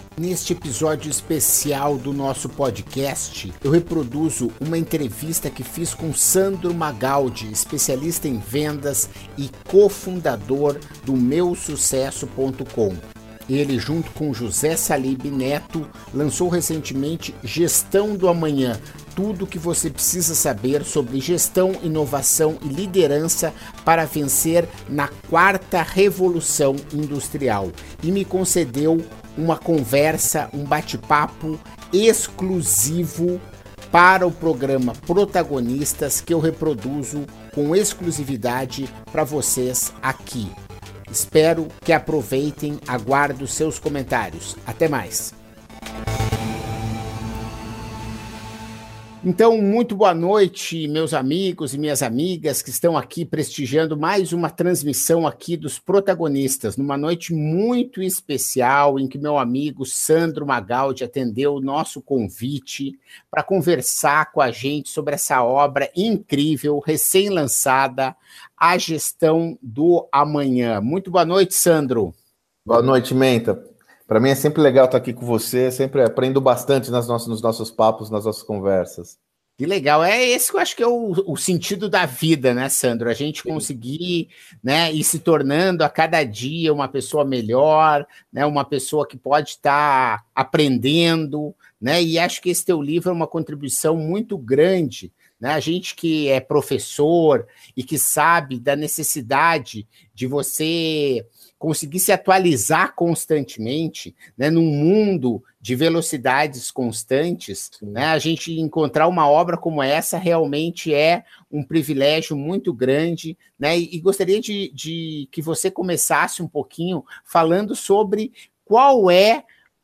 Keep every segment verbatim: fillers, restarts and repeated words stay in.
Neste episódio especial do nosso podcast, eu reproduzo uma entrevista que fiz com Sandro Magaldi, especialista em vendas e cofundador do meu sucesso ponto com. Ele, junto com José Salib Neto, lançou recentemente Gestão do Amanhã, tudo o que você precisa saber sobre gestão, inovação e liderança para vencer na quarta revolução industrial. E me concedeu uma conversa, um bate-papo exclusivo para o programa Protagonistas, que eu reproduzo com exclusividade para vocês aqui. Espero que aproveitem, aguardo seus comentários. Até mais. Então, muito boa noite, meus amigos e minhas amigas que estão aqui prestigiando mais uma transmissão aqui dos Protagonistas, numa noite muito especial em que meu amigo Sandro Magaldi atendeu o nosso convite para conversar com a gente sobre essa obra incrível, recém-lançada, A Gestão do Amanhã. Muito boa noite, Sandro. Boa noite, Menta. Para mim é sempre legal estar aqui com você, sempre aprendo bastante nas nossas, nos nossos papos, nas nossas conversas. Que legal, é esse que eu acho que é o, o sentido da vida, né, Sandro? A gente conseguir, né, ir se tornando a cada dia uma pessoa melhor, né, uma pessoa que pode estar aprendendo, né, e acho que esse teu livro é uma contribuição muito grande, né, a gente que é professor e que sabe da necessidade de você conseguir se atualizar constantemente, né, num mundo de velocidades constantes, né, a gente encontrar uma obra como essa realmente é um privilégio muito grande, né, e, e gostaria de, de que você começasse um pouquinho falando sobre qual é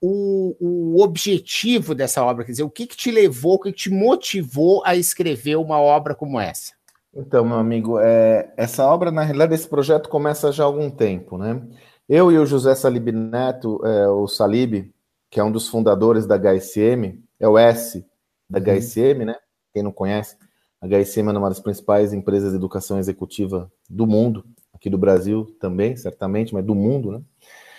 o, o objetivo dessa obra, quer dizer, o que, que te levou, o que, que te motivou a escrever uma obra como essa? Então, meu amigo, é, essa obra, na realidade, esse projeto começa já há algum tempo, né? Eu e o José Salib Neto, é, o Salib, que é um dos fundadores da H S M, é o S da H S M, né? Quem não conhece, a H S M é uma das principais empresas de educação executiva do mundo, aqui do Brasil também, certamente, mas do mundo, né?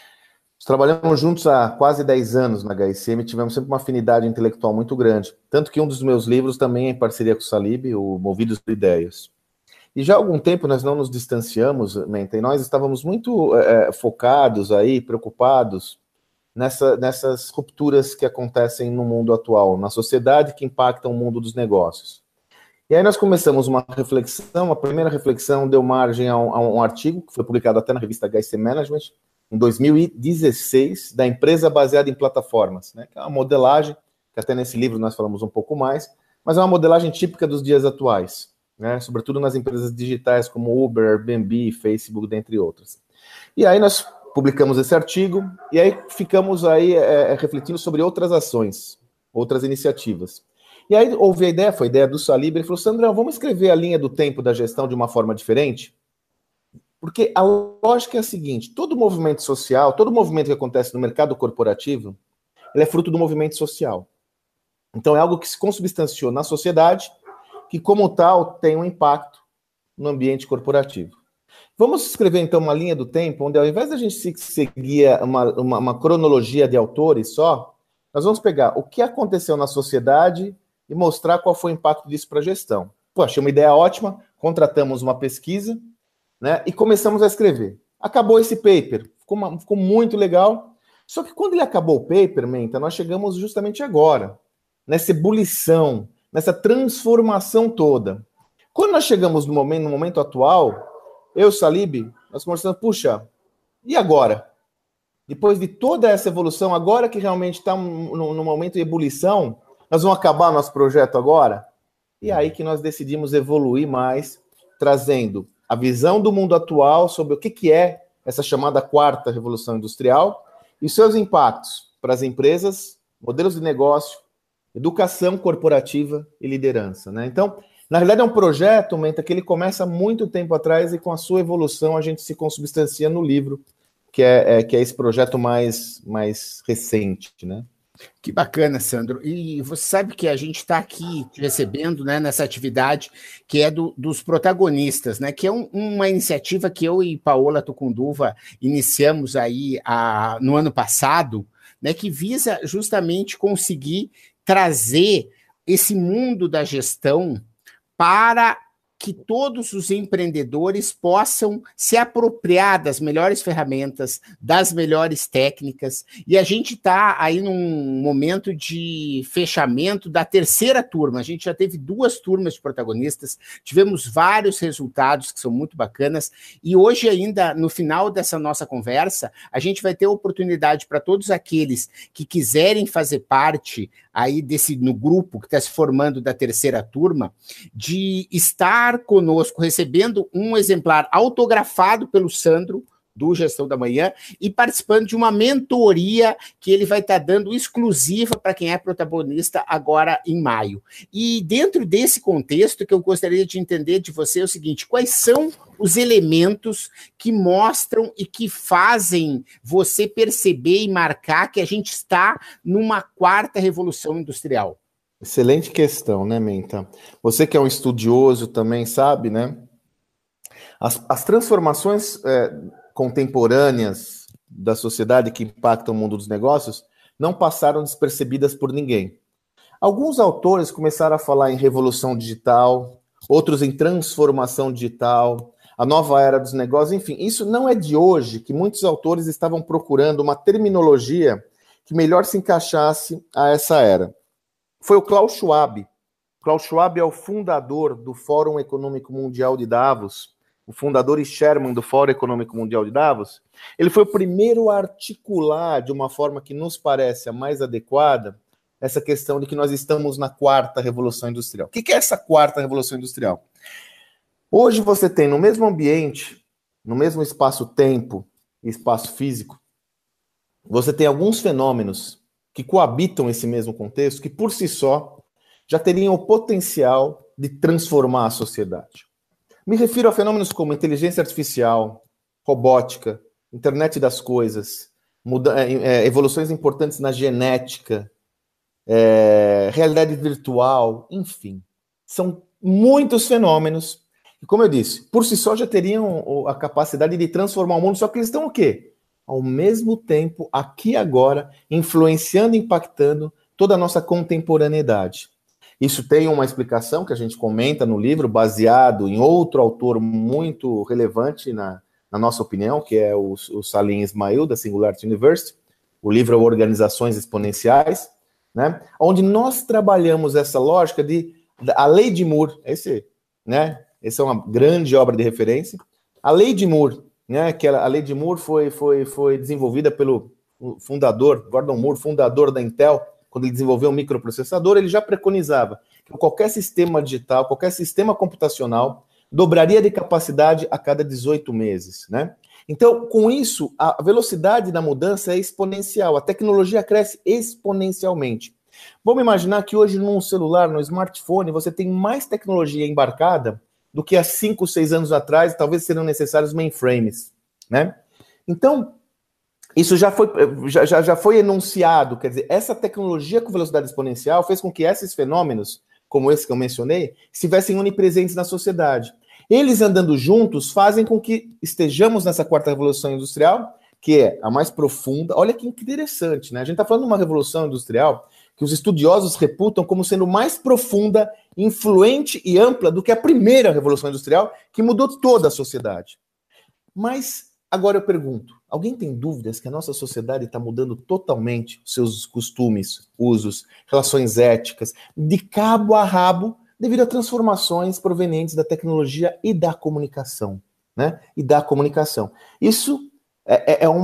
Trabalhamos juntos há quase dez anos na H S M e tivemos sempre uma afinidade intelectual muito grande. Tanto que um dos meus livros também é em parceria com o Salib, o Movidos por Ideias. E já há algum tempo nós não nos distanciamos, Menta, e nós estávamos muito é, focados aí, preocupados nessa, nessas rupturas que acontecem no mundo atual, na sociedade que impactam o mundo dos negócios. E aí nós começamos uma reflexão, a primeira reflexão deu margem a um, a um artigo que foi publicado até na revista H S M Management, em dois mil e dezesseis, da empresa baseada em plataformas, né? Que é uma modelagem, que até nesse livro nós falamos um pouco mais, mas é uma modelagem típica dos dias atuais, né? Sobretudo nas empresas digitais como Uber, Airbnb, Facebook, dentre outras. E aí nós publicamos esse artigo, e aí ficamos aí é, refletindo sobre outras ações, outras iniciativas. E aí houve a ideia, foi a ideia do Salib, ele falou, Sandrão, vamos escrever a linha do tempo da gestão de uma forma diferente? Porque a lógica é a seguinte, todo movimento social, todo movimento que acontece no mercado corporativo, ele é fruto do movimento social. Então é algo que se consubstanciou na sociedade, que como tal tem um impacto no ambiente corporativo. Vamos escrever então uma linha do tempo, onde ao invés da gente seguir uma, uma, uma cronologia de autores só, nós vamos pegar o que aconteceu na sociedade e mostrar qual foi o impacto disso para a gestão. Pô, achei uma ideia ótima, contratamos uma pesquisa, né, e começamos a escrever. Acabou esse paper, ficou, uma, ficou muito legal, só que quando ele acabou o paper, Menta, nós chegamos justamente agora, nessa ebulição, nessa transformação toda. Quando nós chegamos no momento, no momento atual, eu e o Salib, nós conversamos, puxa, e agora? Depois de toda essa evolução, agora que realmente está no, no momento de ebulição, nós vamos acabar nosso projeto agora? E aí que nós decidimos evoluir mais, trazendo a visão do mundo atual sobre o que, que é essa chamada quarta revolução industrial e seus impactos para as empresas, modelos de negócio, educação corporativa e liderança, né? Então, na realidade é um projeto, Menta, que ele começa há muito tempo atrás e com a sua evolução a gente se consubstancia no livro, que é, é, que é esse projeto mais, mais recente, né? Que bacana, Sandro. E você sabe que a gente está aqui te recebendo, né, nessa atividade que é do, dos protagonistas, né, que é um, uma iniciativa que eu e Paola Tucunduva iniciamos aí a, no ano passado, né, que visa justamente conseguir trazer esse mundo da gestão para que todos os empreendedores possam se apropriar das melhores ferramentas, das melhores técnicas, e a gente está aí num momento de fechamento da terceira turma. A gente já teve duas turmas de protagonistas, tivemos vários resultados que são muito bacanas, e hoje ainda, no final dessa nossa conversa, a gente vai ter a oportunidade para todos aqueles que quiserem fazer parte aí desse, no grupo que está se formando da terceira turma, de estar conosco, recebendo um exemplar autografado pelo Sandro, do Gestão da Manhã, e participando de uma mentoria que ele vai estar dando exclusiva para quem é protagonista agora em maio. E dentro desse contexto, que eu gostaria de entender de você é o seguinte: quais são os elementos que mostram e que fazem você perceber e marcar que a gente está numa quarta revolução industrial? Excelente questão, né, Menta? Você que é um estudioso também sabe, né? As, as transformações é, contemporâneas da sociedade que impactam o mundo dos negócios não passaram despercebidas por ninguém. Alguns autores começaram a falar em revolução digital, outros em transformação digital, a nova era dos negócios, enfim. Isso não é de hoje que muitos autores estavam procurando uma terminologia que melhor se encaixasse a essa era. Foi o Klaus Schwab. Klaus Schwab é o fundador do Fórum Econômico Mundial de Davos, o fundador e chairman do Fórum Econômico Mundial de Davos. Ele foi o primeiro a articular de uma forma que nos parece a mais adequada essa questão de que nós estamos na quarta revolução industrial. O que é essa quarta revolução industrial? Hoje você tem no mesmo ambiente, no mesmo espaço-tempo e espaço físico, você tem alguns fenômenos que coabitam esse mesmo contexto, que por si só já teriam o potencial de transformar a sociedade. Me refiro a fenômenos como inteligência artificial, robótica, internet das coisas, muda- é, evoluções importantes na genética, é, realidade virtual, enfim. São muitos fenômenos que, como eu disse, por si só já teriam a capacidade de transformar o mundo, só que eles estão o quê? Ao mesmo tempo, aqui e agora, influenciando e impactando toda a nossa contemporaneidade. Isso tem uma explicação que a gente comenta no livro, baseado em outro autor muito relevante na, na nossa opinião, que é o, o Salim Ismail, da Singularity University. O livro é Organizações Exponenciais, né? Onde nós trabalhamos essa lógica de a lei de Moore, esse, né? Essa é uma grande obra de referência. A lei de Moore, né, que a lei de Moore foi, foi, foi desenvolvida pelo fundador, Gordon Moore, fundador da Intel, quando ele desenvolveu um microprocessador, ele já preconizava que qualquer sistema digital, qualquer sistema computacional, dobraria de capacidade a cada dezoito meses, né? Então, com isso, a velocidade da mudança é exponencial, a tecnologia cresce exponencialmente. Vamos imaginar que hoje num celular, no smartphone, você tem mais tecnologia embarcada do que há cinco, seis anos atrás, talvez seriam necessários mainframes, né? Então, isso já foi, já, já, já foi enunciado, quer dizer, essa tecnologia com velocidade exponencial fez com que esses fenômenos, como esse que eu mencionei, estivessem onipresentes na sociedade. Eles andando juntos fazem com que estejamos nessa quarta revolução industrial, que é a mais profunda. Olha que interessante, né? A gente está falando de uma revolução industrial que os estudiosos reputam como sendo mais profunda, influente e ampla do que a primeira revolução industrial, que mudou toda a sociedade. Mas, agora eu pergunto, alguém tem dúvidas que a nossa sociedade está mudando totalmente os seus costumes, usos, relações éticas, de cabo a rabo, devido a transformações provenientes da tecnologia e da comunicação, né? E da comunicação. Isso é, é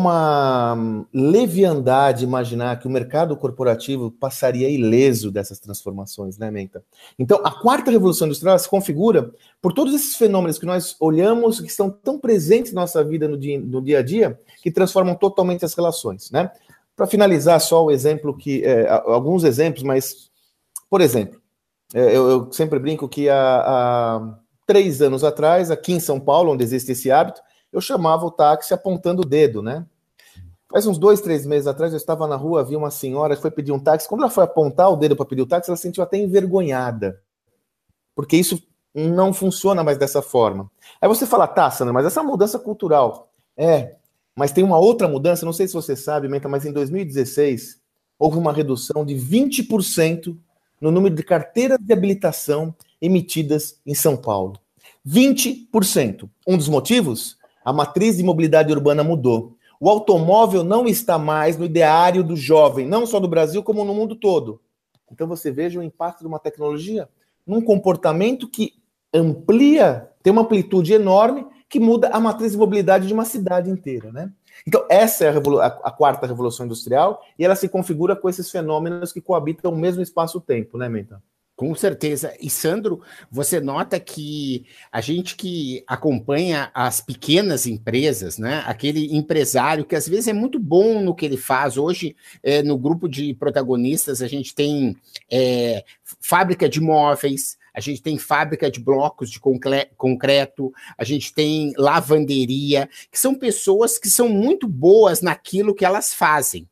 uma leviandade imaginar que o mercado corporativo passaria ileso dessas transformações, né, Menta? Então, a quarta revolução industrial se configura por todos esses fenômenos que nós olhamos, que estão tão presentes na nossa vida no dia, no dia a dia, que transformam totalmente as relações, né? Para finalizar, só o exemplo que... É, alguns exemplos, mas... Por exemplo, é, eu, eu sempre brinco que há, há três anos atrás, aqui em São Paulo, onde existe esse hábito, eu chamava o táxi apontando o dedo, né? Faz uns dois, três meses atrás, eu estava na rua, vi uma senhora que foi pedir um táxi. Quando ela foi apontar o dedo para pedir o táxi, ela se sentiu até envergonhada. Porque isso não funciona mais dessa forma. Aí você fala, tá, Sandra, mas essa mudança cultural, é, Mas tem uma outra mudança, não sei se você sabe, Menta, mas em dois mil e dezesseis houve uma redução de vinte por cento no número de carteiras de habilitação emitidas em São Paulo. vinte por cento. Um dos motivos? A matriz de mobilidade urbana mudou. O automóvel não está mais no ideário do jovem, não só do Brasil, como no mundo todo. Então você veja o impacto de uma tecnologia num comportamento que amplia, tem uma amplitude enorme, que muda a matriz de mobilidade de uma cidade inteira, né? Então, essa é a, revolu- a, a quarta revolução industrial, e ela se configura com esses fenômenos que coabitam o mesmo espaço-tempo, né, Menta? Com certeza. E, Sandro, você nota que a gente que acompanha as pequenas empresas, né? Aquele empresário que às vezes é muito bom no que ele faz. Hoje, é, no grupo de protagonistas, a gente tem é, fábrica de móveis, a gente tem fábrica de blocos de concre- concreto, a gente tem lavanderia, que são pessoas que são muito boas naquilo que elas fazem.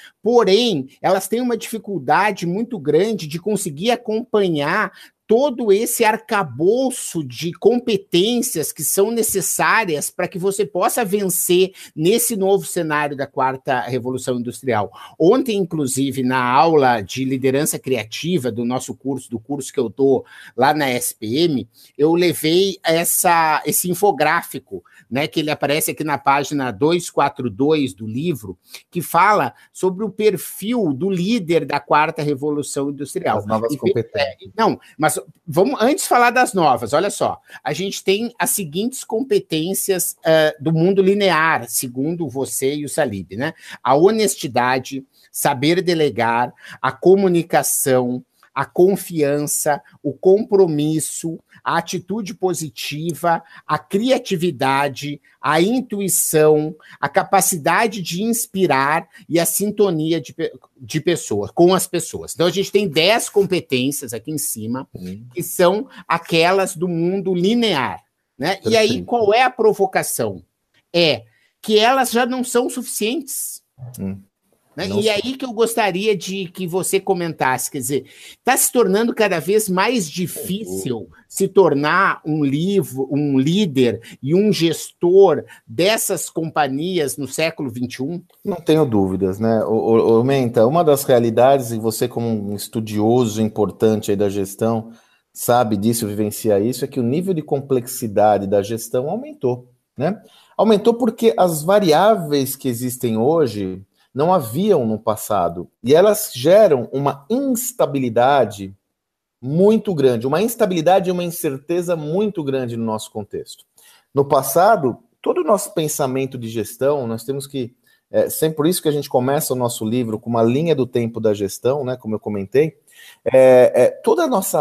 Porém, elas têm uma dificuldade muito grande de conseguir acompanhar todo esse arcabouço de competências que são necessárias para que você possa vencer nesse novo cenário da quarta revolução industrial. Ontem, inclusive, na aula de liderança criativa do nosso curso, do curso que eu dou lá na S P M, eu levei essa, esse infográfico, né, que ele aparece aqui na página duzentos e quarenta e dois do livro, que fala sobre o perfil do líder da quarta revolução industrial. As novas e, competências. É, não, mas vamos antes falar das novas. Olha só, a gente tem as seguintes competências uh, do mundo linear, segundo você e o Salib, né? A honestidade, saber delegar, a comunicação, a confiança, o compromisso, a atitude positiva, a criatividade, a intuição, a capacidade de inspirar e a sintonia de, de pessoas, com as pessoas. Então, a gente tem dez competências aqui em cima, uhum, que são aquelas do mundo linear, né? E aí, qual é a provocação? É que elas já não são suficientes. Hum. Né? E aí que eu gostaria de que você comentasse, quer dizer, está se tornando cada vez mais difícil se tornar um livro, um líder e um gestor dessas companhias no século vinte e um? Não tenho dúvidas, né? O, o, o Menta, uma das realidades, e você como um estudioso importante aí da gestão, sabe disso, vivencia isso, é que o nível de complexidade da gestão aumentou, né? Aumentou porque as variáveis que existem hoje não haviam no passado. E elas geram uma instabilidade muito grande, uma instabilidade e uma incerteza muito grande no nosso contexto. No passado, todo o nosso pensamento de gestão, nós temos que, é, sempre por isso que a gente começa o nosso livro com uma linha do tempo da gestão, né, como eu comentei, é, é, toda a nossa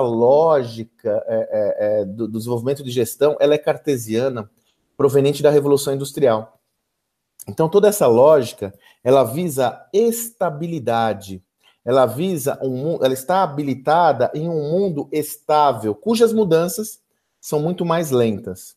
lógica é, é, é, do, do desenvolvimento de gestão, ela é cartesiana, proveniente da Revolução Industrial. Então, toda essa lógica, ela visa estabilidade, ela visa um, ela está habilitada em um mundo estável, cujas mudanças são muito mais lentas.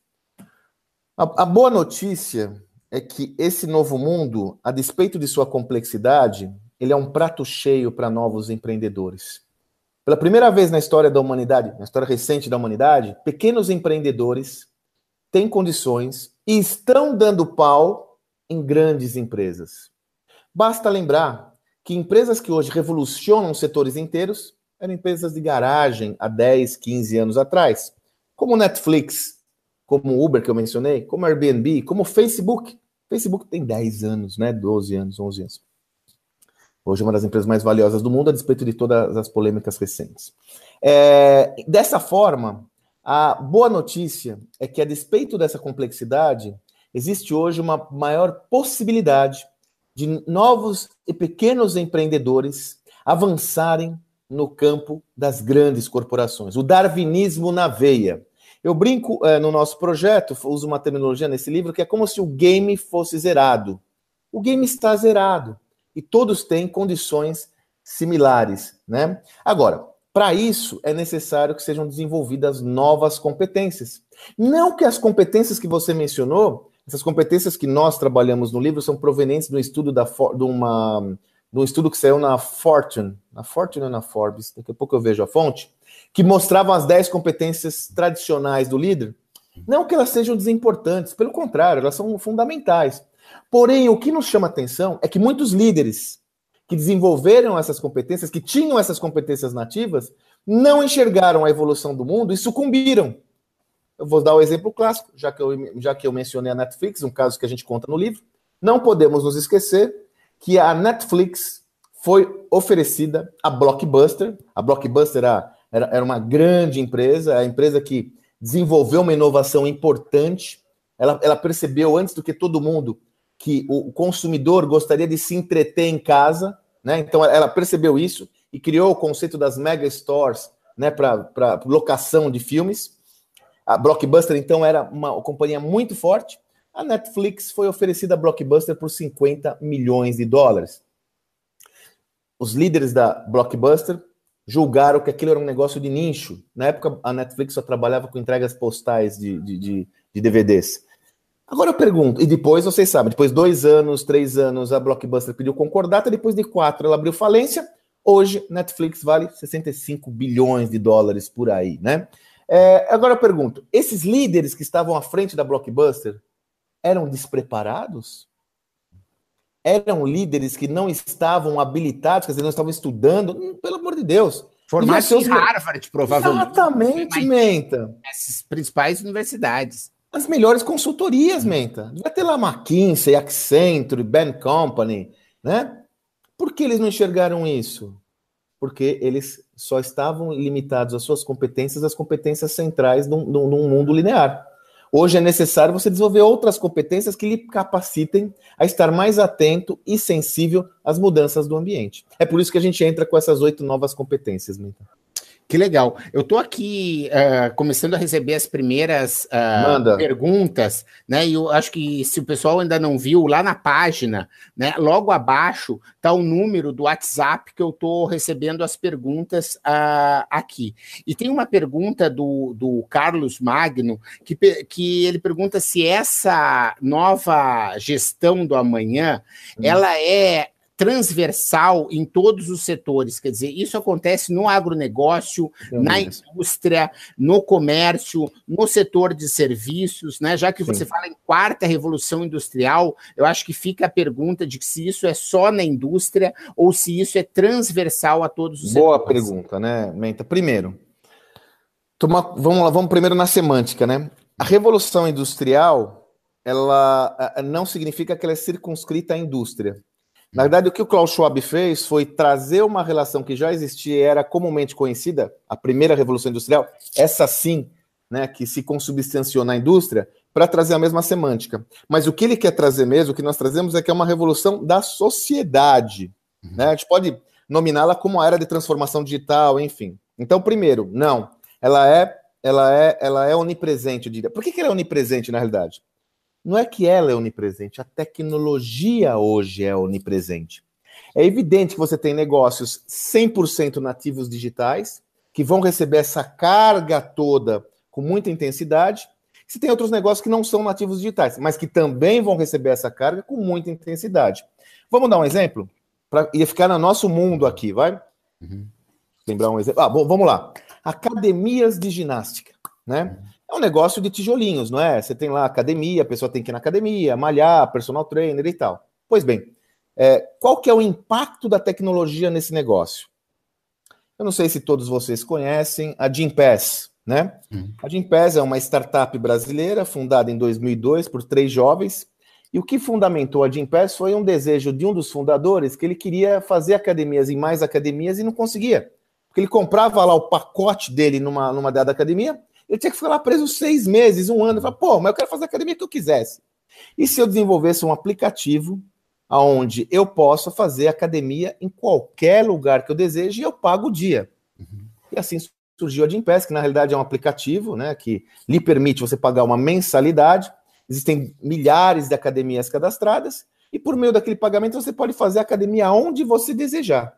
A, a boa notícia é que esse novo mundo, a despeito de sua complexidade, ele é um prato cheio para novos empreendedores. Pela primeira vez na história da humanidade, na história recente da humanidade, pequenos empreendedores têm condições e estão dando pau em grandes empresas. Basta lembrar que empresas que hoje revolucionam setores inteiros eram empresas de garagem há dez, quinze anos atrás, como Netflix, como Uber, que eu mencionei, como Airbnb, como Facebook. Facebook tem dez anos, né? doze anos, onze anos. Hoje é uma das empresas mais valiosas do mundo, a despeito de todas as polêmicas recentes. É, dessa forma, a boa notícia é que, a despeito dessa complexidade, existe hoje uma maior possibilidade de novos e pequenos empreendedores avançarem no campo das grandes corporações. O darwinismo na veia. Eu brinco é, no nosso projeto, uso uma terminologia nesse livro, que é como se o game fosse zerado. O game está zerado e todos têm condições similares, né? Agora, para isso é necessário que sejam desenvolvidas novas competências. Não que as competências que você mencionou, essas competências que nós trabalhamos no livro são provenientes do estudo da, de, uma, de um estudo que saiu na Fortune, na Fortune ou na Forbes, daqui a pouco eu vejo a fonte, que mostravam as dez competências tradicionais do líder. Não que elas sejam desimportantes, pelo contrário, elas são fundamentais. Porém, o que nos chama atenção é que muitos líderes que desenvolveram essas competências, que tinham essas competências nativas, não enxergaram a evolução do mundo e sucumbiram. Eu vou dar o um exemplo clássico, já que, eu, já que eu mencionei a Netflix, um caso que a gente conta no livro. Não podemos nos esquecer que a Netflix foi oferecida a Blockbuster. A Blockbuster era, era, era uma grande empresa, a empresa que desenvolveu uma inovação importante. Ela, ela percebeu, antes do que todo mundo, que o consumidor gostaria de se entreter em casa, né? Então ela percebeu isso e criou o conceito das mega stores, né, para locação de filmes. A Blockbuster, então, era uma companhia muito forte. A Netflix foi oferecida a Blockbuster por cinquenta milhões de dólares. Os líderes da Blockbuster julgaram que aquilo era um negócio de nicho. Na época, a Netflix só trabalhava com entregas postais de, de, de, de D V Ds. Agora eu pergunto, e depois, vocês sabem, depois de dois anos, três anos, a Blockbuster pediu concordata, depois de quatro ela abriu falência. Hoje, Netflix vale sessenta e cinco bilhões de dólares por aí, né? É, agora eu pergunto, esses líderes que estavam à frente da Blockbuster eram despreparados? Eram líderes que não estavam habilitados, quer dizer, não estavam estudando? Hum, pelo amor de Deus. Formados em Harvard, provavelmente. Exatamente, Menta. Essas principais universidades. As melhores consultorias, Menta. Vai ter lá McKinsey, Accenture, Ben Company, né? Por que eles não enxergaram isso? Porque eles só estavam limitados às suas competências, às competências centrais num, num, num mundo linear. Hoje é necessário você desenvolver outras competências que lhe capacitem a estar mais atento e sensível às mudanças do ambiente. É por isso que a gente entra com essas oito novas competências, Menta. Que legal. Eu estou aqui uh, começando a receber as primeiras uh, perguntas, né? E eu acho que se o pessoal ainda não viu, lá na página, né? Logo abaixo está o número do WhatsApp que eu estou recebendo as perguntas uh, aqui. E tem uma pergunta do, do Carlos Magno, que, que ele pergunta se essa nova gestão do amanhã, hum. ela é transversal em todos os setores, quer dizer, isso acontece no agronegócio, Meu na Deus. indústria, no comércio, no setor de serviços, né? Já que Sim. você fala em quarta revolução industrial, eu acho que fica a pergunta de se isso é só na indústria ou se isso é transversal a todos os Boa setores. Boa pergunta, né, Menta? Primeiro, toma, vamos lá, vamos primeiro na semântica, né? A revolução industrial, ela não significa que ela é circunscrita à indústria. Na verdade, o que o Klaus Schwab fez foi trazer uma relação que já existia e era comumente conhecida, a primeira revolução industrial, essa sim, né, que se consubstanciou na indústria, para trazer a mesma semântica. Mas o que ele quer trazer mesmo, o que nós trazemos é que é uma revolução da sociedade. Uhum. Né? A gente pode nominá-la como a era de transformação digital, enfim. Então, primeiro, não, ela é, ela é, ela é onipresente, eu diria. Por que, que ela é onipresente, na realidade? Não é que ela é onipresente, a tecnologia hoje é onipresente. É evidente que você tem negócios cem por cento nativos digitais, que vão receber essa carga toda com muita intensidade. Você tem outros negócios que não são nativos digitais, mas que também vão receber essa carga com muita intensidade. Vamos dar um exemplo? Para ia ficar no nosso mundo aqui, vai? Uhum. Lembrar um exemplo? Ah, bom, vamos lá. Academias de ginástica, né? Uhum. É um negócio de tijolinhos, não é? Você tem lá academia, a pessoa tem que ir na academia, malhar, personal trainer e tal. Pois bem, é, qual que é o impacto da tecnologia nesse negócio? Eu não sei se todos vocês conhecem a Gympass, né? Uhum. A Gympass é uma startup brasileira fundada em dois mil e dois por três jovens, e o que fundamentou a Gympass foi um desejo de um dos fundadores que ele queria fazer academias em mais academias e não conseguia. Porque ele comprava lá o pacote dele numa, numa dada academia, ele tinha que ficar lá preso seis meses, um ano, e falar, pô, mas eu quero fazer a academia que eu quisesse. E se eu desenvolvesse um aplicativo onde eu possa fazer academia em qualquer lugar que eu deseje e eu pago o dia? Uhum. E assim surgiu a Gympass, que na realidade é um aplicativo, né, que lhe permite você pagar uma mensalidade. Existem milhares de academias cadastradas e por meio daquele pagamento você pode fazer a academia onde você desejar.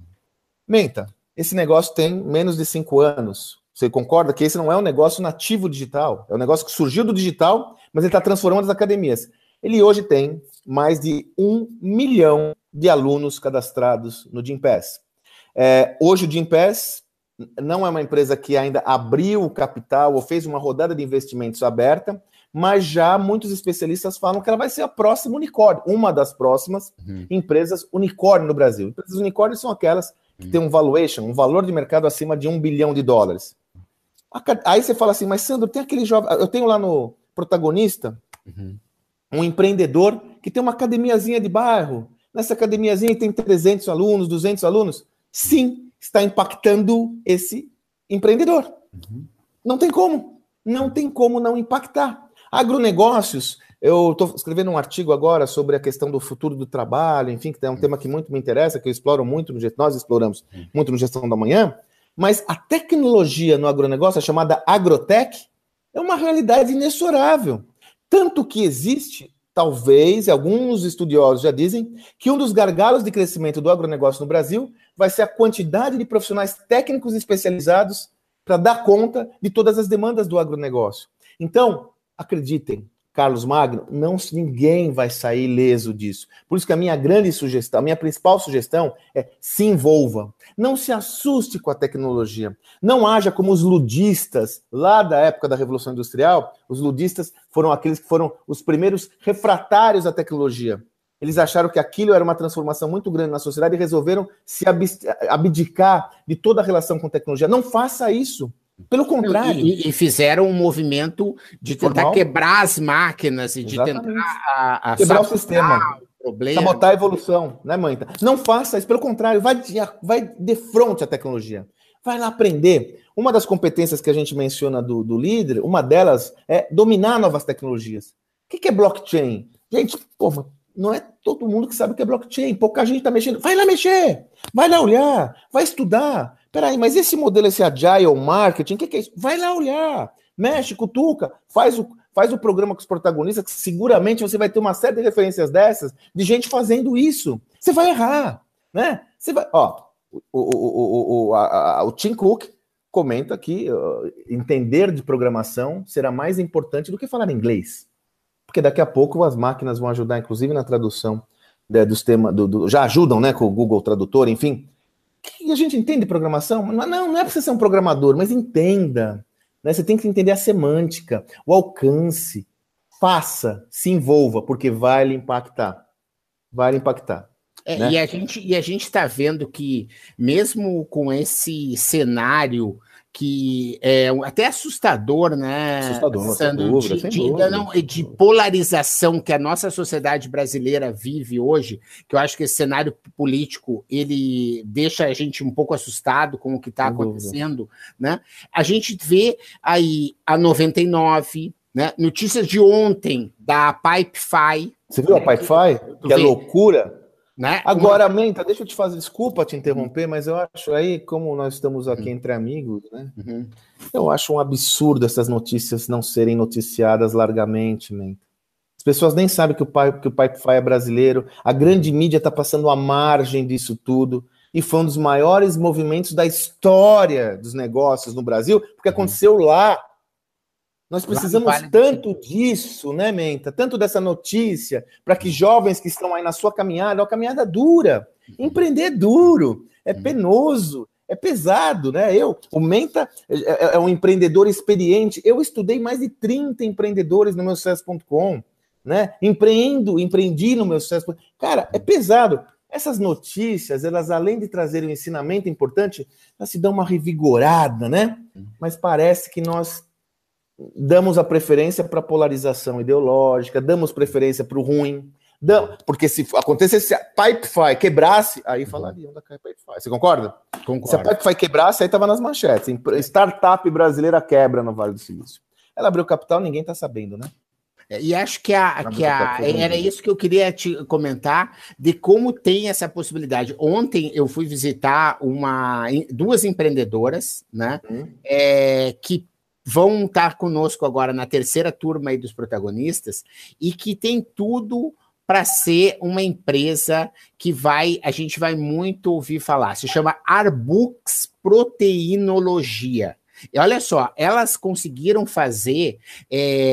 Menta, esse negócio tem menos de cinco anos. Você concorda que esse não é um negócio nativo digital? É um negócio que surgiu do digital, mas ele está transformando as academias. Ele hoje tem mais de um milhão de alunos cadastrados no Gympass. É, hoje o Gympass não é uma empresa que ainda abriu o capital ou fez uma rodada de investimentos aberta, mas já muitos especialistas falam que ela vai ser a próxima unicórnio, uma das próximas uhum. empresas unicórnio no Brasil. Empresas unicórnio são aquelas que uhum. têm um valuation, um valor de mercado acima de um bilhão de dólares. Aí você fala assim, mas Sandro, tem aquele jovem... Eu tenho lá no Protagonista uhum. um empreendedor que tem uma academiazinha de bairro. Nessa academiazinha tem trezentos alunos, duzentos alunos. Sim, está impactando esse empreendedor. Uhum. Não tem como. Não tem como não impactar. Agronegócios, eu estou escrevendo um artigo agora sobre a questão do futuro do trabalho, enfim, que é um tema que muito me interessa, que eu exploro muito, no, nós exploramos muito no Gestão da Manhã, mas a tecnologia no agronegócio, a chamada agrotech, é uma realidade inexorável. Tanto que existe, talvez, alguns estudiosos já dizem, que um dos gargalos de crescimento do agronegócio no Brasil vai ser a quantidade de profissionais técnicos especializados para dar conta de todas as demandas do agronegócio. Então, acreditem, Carlos Magno, não, ninguém vai sair ileso disso. Por isso que a minha grande sugestão, a minha principal sugestão é se envolva. Não se assuste com a tecnologia. Não haja como os ludistas, lá da época da Revolução Industrial, os ludistas foram aqueles que foram os primeiros refratários à tecnologia. Eles acharam que aquilo era uma transformação muito grande na sociedade e resolveram se abdicar de toda a relação com tecnologia. Não faça isso. Pelo contrário. E, e fizeram um movimento de tentar Formal. quebrar as máquinas e de Exatamente. tentar a, a quebrar o sistema, o problema. Sabotar a evolução, né, mãe? Não faça isso, pelo contrário, vai de, vai de frente à tecnologia. Vai lá aprender. Uma das competências que a gente menciona do, do líder, uma delas é dominar novas tecnologias. O que é blockchain? Gente, pô, não é todo mundo que sabe o que é blockchain. Pouca gente está mexendo. Vai lá mexer, vai lá olhar, vai estudar. Peraí, mas esse modelo, esse agile marketing, o que, que é isso? Vai lá olhar, mexe, cutuca, faz o, faz o programa com os protagonistas, que seguramente você vai ter uma série de referências dessas, de gente fazendo isso. Você vai errar, né? Você vai, ó, o, o, o, o, a, a, o Tim Cook comenta que uh, entender de programação será mais importante do que falar inglês. Porque daqui a pouco as máquinas vão ajudar, inclusive na tradução né, dos temas, do, do, já ajudam, né, com o Google Tradutor, enfim. E a gente entende programação? Não, não é para você ser um programador, mas entenda. Né? Você tem que entender a semântica, o alcance. Faça, se envolva, porque vai lhe impactar. Vai lhe impactar. É, né? E a gente e a gente está vendo que, mesmo com esse cenário que é até assustador, né? Assustador, Sandro, sem dúvida, de, sem de, dúvida. Não, de polarização que a nossa sociedade brasileira vive hoje, que eu acho que esse cenário político ele deixa a gente um pouco assustado com o que está acontecendo, né? A gente vê aí a noventa e nove, né? Notícias de ontem da Pipefy. Você viu a Pipefy? Que é loucura. Né? Agora, Menta, deixa eu te fazer, desculpa te interromper, mas eu acho aí, como nós estamos aqui entre amigos, né? Uhum. Eu acho um absurdo essas notícias não serem noticiadas largamente, Menta. As pessoas nem sabem que o, que o Pipefy é brasileiro, a grande mídia está passando à margem disso tudo, e foi um dos maiores movimentos da história dos negócios no Brasil, porque aconteceu lá. Nós precisamos vale tanto disso, né, Menta? Tanto dessa notícia, para que jovens que estão aí na sua caminhada, uma caminhada dura, empreender duro, é penoso, é pesado, né? Eu, o Menta é, é um empreendedor experiente. Eu estudei mais de trinta empreendedores no meu sucesso ponto com, né? Empreendo, empreendi no meu sucesso ponto com. Cara, é pesado. Essas notícias, elas além de trazerem um ensinamento importante, elas se dão uma revigorada, né? Mas parece que nós damos a preferência para a polarização ideológica, damos preferência para o ruim, damos, porque se acontecesse, se a Pipefy quebrasse, aí falariam da Pipefy. Você concorda? Concordo. Se a Pipefy quebrasse, aí estava nas manchetes. Startup brasileira quebra no Vale do Silício. Ela abriu capital, ninguém está sabendo, né? E acho que, a, que a, era isso que eu queria te comentar, de como tem essa possibilidade. Ontem eu fui visitar uma, duas empreendedoras, né, hum. é, que vão estar conosco agora na terceira turma aí dos protagonistas e que tem tudo para ser uma empresa que vai, a gente vai muito ouvir falar. Se chama Arbux Proteinologia. E olha só, elas conseguiram fazer é,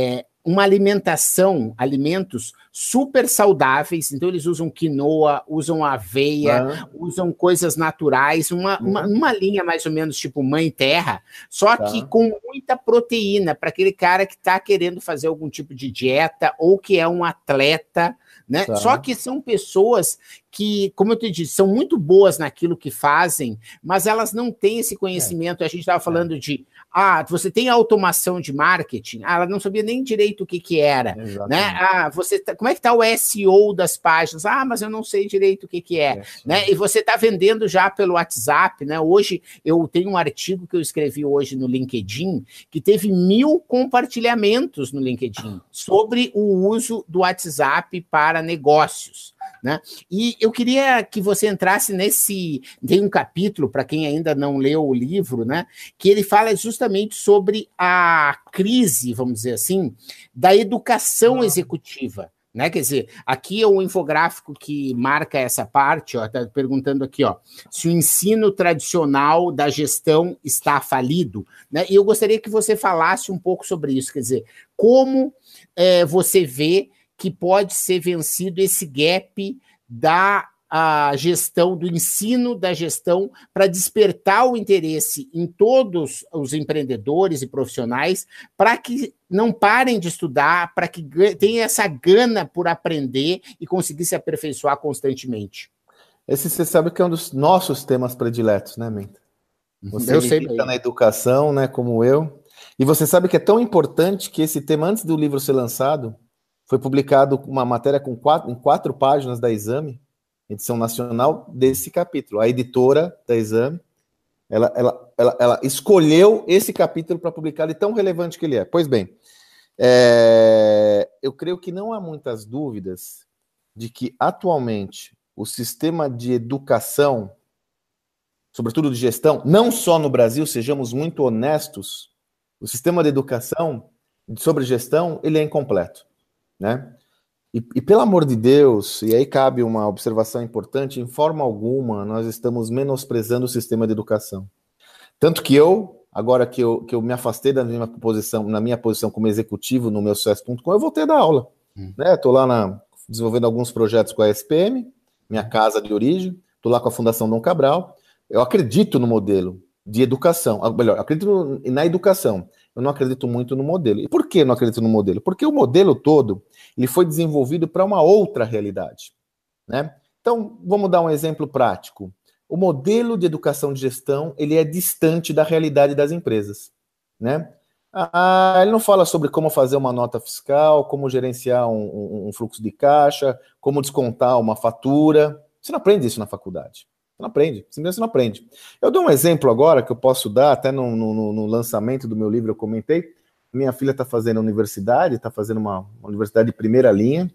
uma alimentação, alimentos super saudáveis, então eles usam quinoa, usam aveia, ah. usam coisas naturais, uma, uhum. uma, uma linha mais ou menos tipo mãe terra, só tá. que com muita proteína, para aquele cara que está querendo fazer algum tipo de dieta ou que é um atleta, né? Tá. Só que são pessoas que, como eu te disse, são muito boas naquilo que fazem, mas elas não têm esse conhecimento. É. A gente estava falando é. de, ah, você tem automação de marketing? Ah, ela não sabia nem direito o que que era, exatamente. Né? Ah, você tá, como é que está o S E O das páginas? Ah, mas eu não sei direito o que que é, é né? E você está vendendo já pelo WhatsApp, né? Hoje eu tenho um artigo que eu escrevi hoje no LinkedIn que teve mil compartilhamentos no LinkedIn sobre o uso do WhatsApp para negócios, né? E eu queria que você entrasse nesse... Tem um capítulo, para quem ainda não leu o livro, né? Que ele fala justamente sobre a crise, vamos dizer assim, da educação ah. executiva. Né? Quer dizer, aqui é o infográfico que marca essa parte, ó, tá perguntando aqui, ó, se o ensino tradicional da gestão está falido, né? E eu gostaria que você falasse um pouco sobre isso, quer dizer, como é, você vê que pode ser vencido esse gap da a gestão, do ensino da gestão, para despertar o interesse em todos os empreendedores e profissionais, para que não parem de estudar, para que tenham essa gana por aprender e conseguir se aperfeiçoar constantemente. Esse você sabe que é um dos nossos temas prediletos, né, Menta? Você eu sei está na educação, né, como eu, e você sabe que é tão importante que esse tema, antes do livro ser lançado, foi publicado uma matéria com quatro, em quatro páginas da Exame, edição nacional, desse capítulo. A editora da Exame, ela, ela, ela, ela escolheu esse capítulo para publicar, de tão relevante que ele é. Pois bem, é, eu creio que não há muitas dúvidas de que, atualmente, o sistema de educação, sobretudo de gestão, não só no Brasil, sejamos muito honestos, o sistema de educação sobre gestão, ele é incompleto, né? E, e, pelo amor de Deus, e aí cabe uma observação importante, em forma alguma nós estamos menosprezando o sistema de educação. Tanto que eu, agora que eu, que eu me afastei da minha posição, na minha posição como executivo no meu sucesso ponto com, eu voltei a dar aula. Hum. Né? Estou lá na, desenvolvendo alguns projetos com a S P M, minha casa de origem, estou lá com a Fundação Dom Cabral. Eu acredito no modelo de educação, melhor, acredito na educação. Eu não acredito muito no modelo. E por que eu não acredito no modelo? Porque o modelo todo ele foi desenvolvido para uma outra realidade, né? Então, vamos dar um exemplo prático. O modelo de educação de gestão ele é distante da realidade das empresas, né? Ah, ele não fala sobre como fazer uma nota fiscal, como gerenciar um, um, um fluxo de caixa, como descontar uma fatura. Você não aprende isso na faculdade. Você não aprende, simplesmente você não aprende. Eu dou um exemplo agora que eu posso dar, até no, no, no lançamento do meu livro eu comentei. Minha filha está fazendo universidade, está fazendo uma, uma universidade de primeira linha,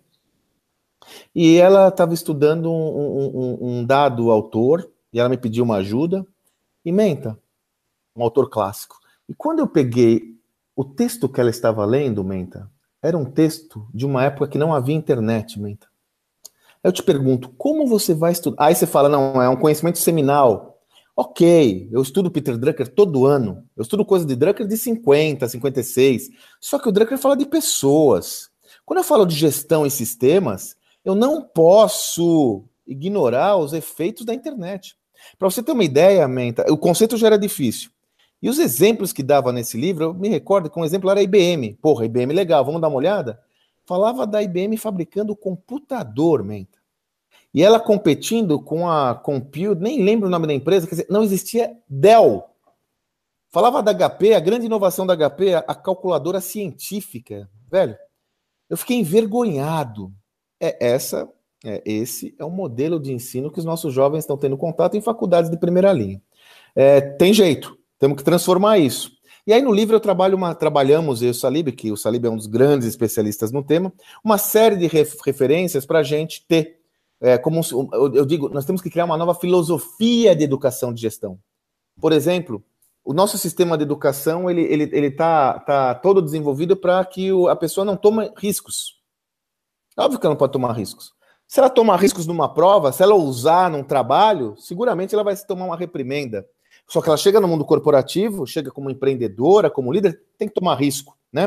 e ela estava estudando um, um, um dado autor, e ela me pediu uma ajuda, e Menta, um autor clássico. E quando eu peguei o texto que ela estava lendo, Menta, era um texto de uma época que não havia internet, Menta. Eu te pergunto, como você vai estudar? Aí você fala, não, é um conhecimento seminal. Ok, eu estudo Peter Drucker todo ano. Eu estudo coisa de Drucker de cinquenta, cinquenta e seis. Só que o Drucker fala de pessoas. Quando eu falo de gestão e sistemas, eu não posso ignorar os efeitos da internet. Para você ter uma ideia, Menta, o conceito já era difícil. E os exemplos que dava nesse livro, eu me recordo que um exemplo era a I B M. Porra, I B M legal, vamos dar uma olhada? Falava da I B M fabricando computador, Menta. E ela competindo com a Compute, nem lembro o nome da empresa, quer dizer, não existia Dell. Falava da H P, a grande inovação da H P, a calculadora científica. Velho, eu fiquei envergonhado. É essa, é, esse é o modelo de ensino que os nossos jovens estão tendo contato em faculdades de primeira linha. É, tem jeito, temos que transformar isso. E aí no livro eu trabalho uma, trabalhamos, eu e o Salib, que o Salib é um dos grandes especialistas no tema, uma série de ref, referências para a gente ter, é, como eu, eu digo, nós temos que criar uma nova filosofia de educação de gestão. Por exemplo, o nosso sistema de educação ele ele ele tá, tá todo desenvolvido para que o, a pessoa não tome riscos. Óbvio que ela não pode tomar riscos. Se ela tomar riscos numa prova, se ela usar num trabalho, seguramente ela vai tomar uma reprimenda. Só que ela chega no mundo corporativo, chega como empreendedora, como líder, tem que tomar risco, né?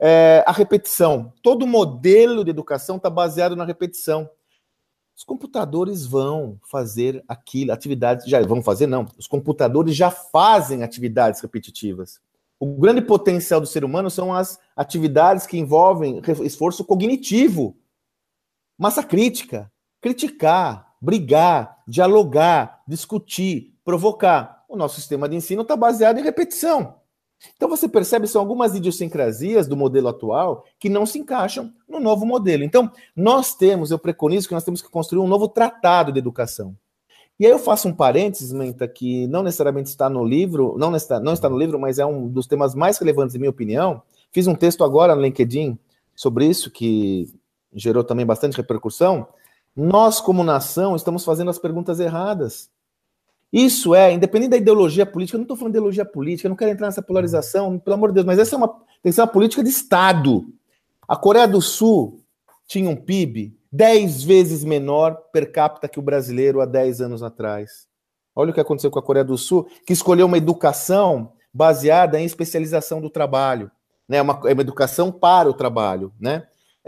É, a repetição. Todo modelo de educação está baseado na repetição. Os computadores vão fazer aquilo, atividades, já vão fazer, não. Os computadores já fazem atividades repetitivas. O grande potencial do ser humano são as atividades que envolvem esforço cognitivo, massa crítica, criticar, brigar, dialogar, discutir, provocar. O nosso sistema de ensino está baseado em repetição. Então você percebe, são algumas idiosincrasias do modelo atual que não se encaixam no novo modelo. Então, nós temos, eu preconizo que nós temos que construir um novo tratado de educação. E aí eu faço um parênteses, Menta, que não necessariamente está no livro, não está, não está no livro, mas é um dos temas mais relevantes, em minha opinião. Fiz um texto agora no LinkedIn sobre isso, que gerou também bastante repercussão. Nós, como nação, estamos fazendo as perguntas erradas. Isso é, independente da ideologia política, eu não estou falando de ideologia política, eu não quero entrar nessa polarização, pelo amor de Deus, mas essa é uma, tem que ser uma política de Estado. A Coreia do Sul tinha um P I B dez vezes menor per capita que o brasileiro há dez anos atrás. Olha o que aconteceu com a Coreia do Sul, que escolheu uma educação baseada em especialização do trabalho, né? uma, uma educação para o trabalho. Né?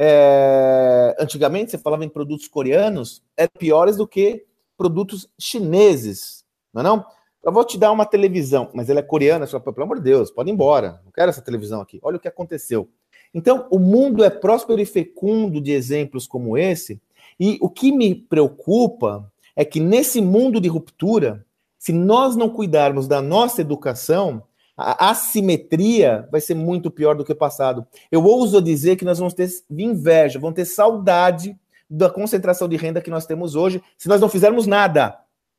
É, antigamente, você falava em produtos coreanos, eram piores do que produtos chineses. Não é não? Eu vou te dar uma televisão, mas ela é coreana, você fala, pelo amor de Deus, pode ir embora, não quero essa televisão aqui. Olha o que aconteceu. Então, o mundo é próspero e fecundo de exemplos como esse, e o que me preocupa é que nesse mundo de ruptura, se nós não cuidarmos da nossa educação, a assimetria vai ser muito pior do que o passado. Eu ouso dizer que nós vamos ter inveja, vamos ter saudade da concentração de renda que nós temos hoje, se nós não fizermos nada.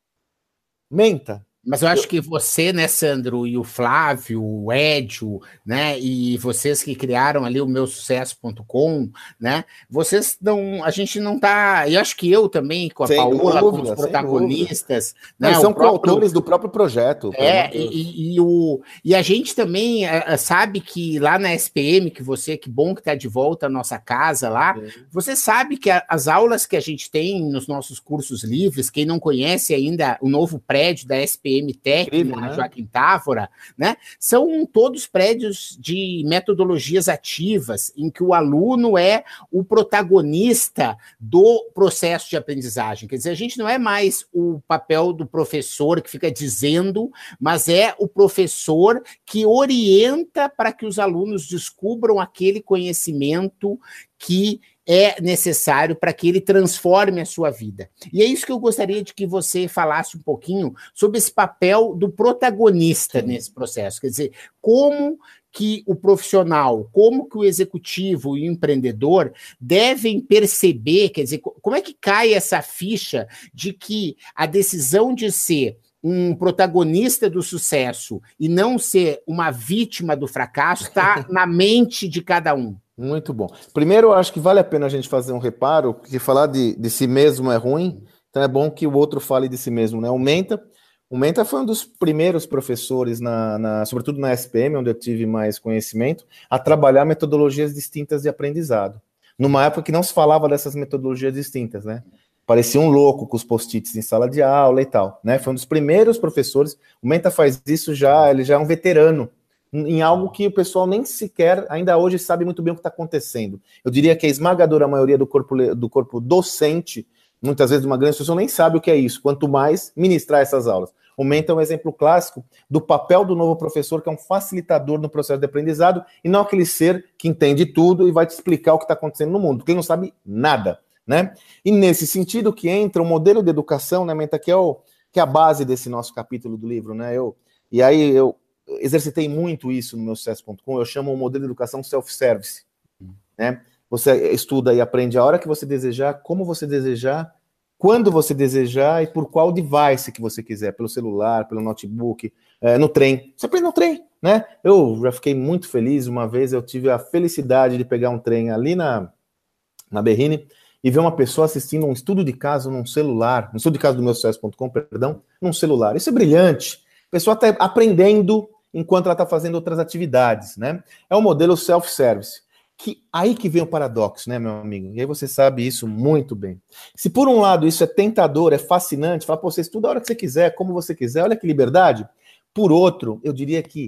Menta. Mas eu acho que você, né, Sandro, e o Flávio, o Edio, né, e vocês que criaram ali o meu sucesso ponto com, né, vocês não, a gente não tá, eu acho que eu também, com a sem Paola, dúvida, com os protagonistas, né, não, são próprio, coautores do próprio projeto. É, e, e, o, e a gente também é, sabe que lá na S P M, que você, que bom que tá de volta à nossa casa lá, é. Você sabe que a, as aulas que a gente tem nos nossos cursos livres, quem não conhece ainda o novo prédio da S P M Tec, Incrível, na né? Joaquim Távora, né? São todos prédios de metodologias ativas, em que o aluno é o protagonista do processo de aprendizagem. Quer dizer, a gente não é mais o papel do professor que fica dizendo, mas é o professor que orienta para que os alunos descubram aquele conhecimento que é necessário para que ele transforme a sua vida. E é isso que eu gostaria de que você falasse um pouquinho sobre esse papel do protagonista Sim. nesse processo. Quer dizer, como que o profissional, como que o executivo e o empreendedor devem perceber, quer dizer, como é que cai essa ficha de que a decisão de ser um protagonista do sucesso e não ser uma vítima do fracasso está na mente de cada um. Muito bom. Primeiro, eu acho que vale a pena a gente fazer um reparo, porque falar de, de si mesmo é ruim, então é bom que o outro fale de si mesmo, né? O Menta, o Menta foi um dos primeiros professores, na, na, sobretudo na S P M, onde eu tive mais conhecimento, a trabalhar metodologias distintas de aprendizado. Numa época que não se falava dessas metodologias distintas, né? Parecia um louco com os post-its em sala de aula e tal, né? Foi um dos primeiros professores. O Menta faz isso já, ele já é um veterano em algo que o pessoal nem sequer, ainda hoje, sabe muito bem o que está acontecendo. Eu diria que a esmagadora maioria do corpo, do corpo docente, muitas vezes uma grande instituição, nem sabe o que é isso, quanto mais ministrar essas aulas. O Menta é um exemplo clássico do papel do novo professor, que é um facilitador no processo de aprendizado, e não aquele ser que entende tudo e vai te explicar o que está acontecendo no mundo, porque ele não sabe nada, né? E nesse sentido que entra o modelo de educação, né, Menta, que é, o, que é a base desse nosso capítulo do livro, né? Eu, e aí eu exercitei muito isso no meu sucesso ponto com, eu chamo o modelo de educação self-service, né? Você estuda e aprende a hora que você desejar, como você desejar, quando você desejar e por qual device que você quiser, pelo celular, pelo notebook, é, no trem. Você aprende no trem, né? Eu já fiquei muito feliz, uma vez eu tive a felicidade de pegar um trem ali na, na Berrine e ver uma pessoa assistindo um estudo de caso num celular, um estudo de caso do meu sucesso ponto com, perdão, num celular. Isso é brilhante. A pessoa está aprendendo enquanto ela está fazendo outras atividades, né? É o modelo self-service. Que, aí que vem o paradoxo, né, meu amigo? E aí você sabe isso muito bem. Se por um lado isso é tentador, é fascinante, fala, pô, você estuda a hora que você quiser, como você quiser, olha que liberdade. Por outro, eu diria que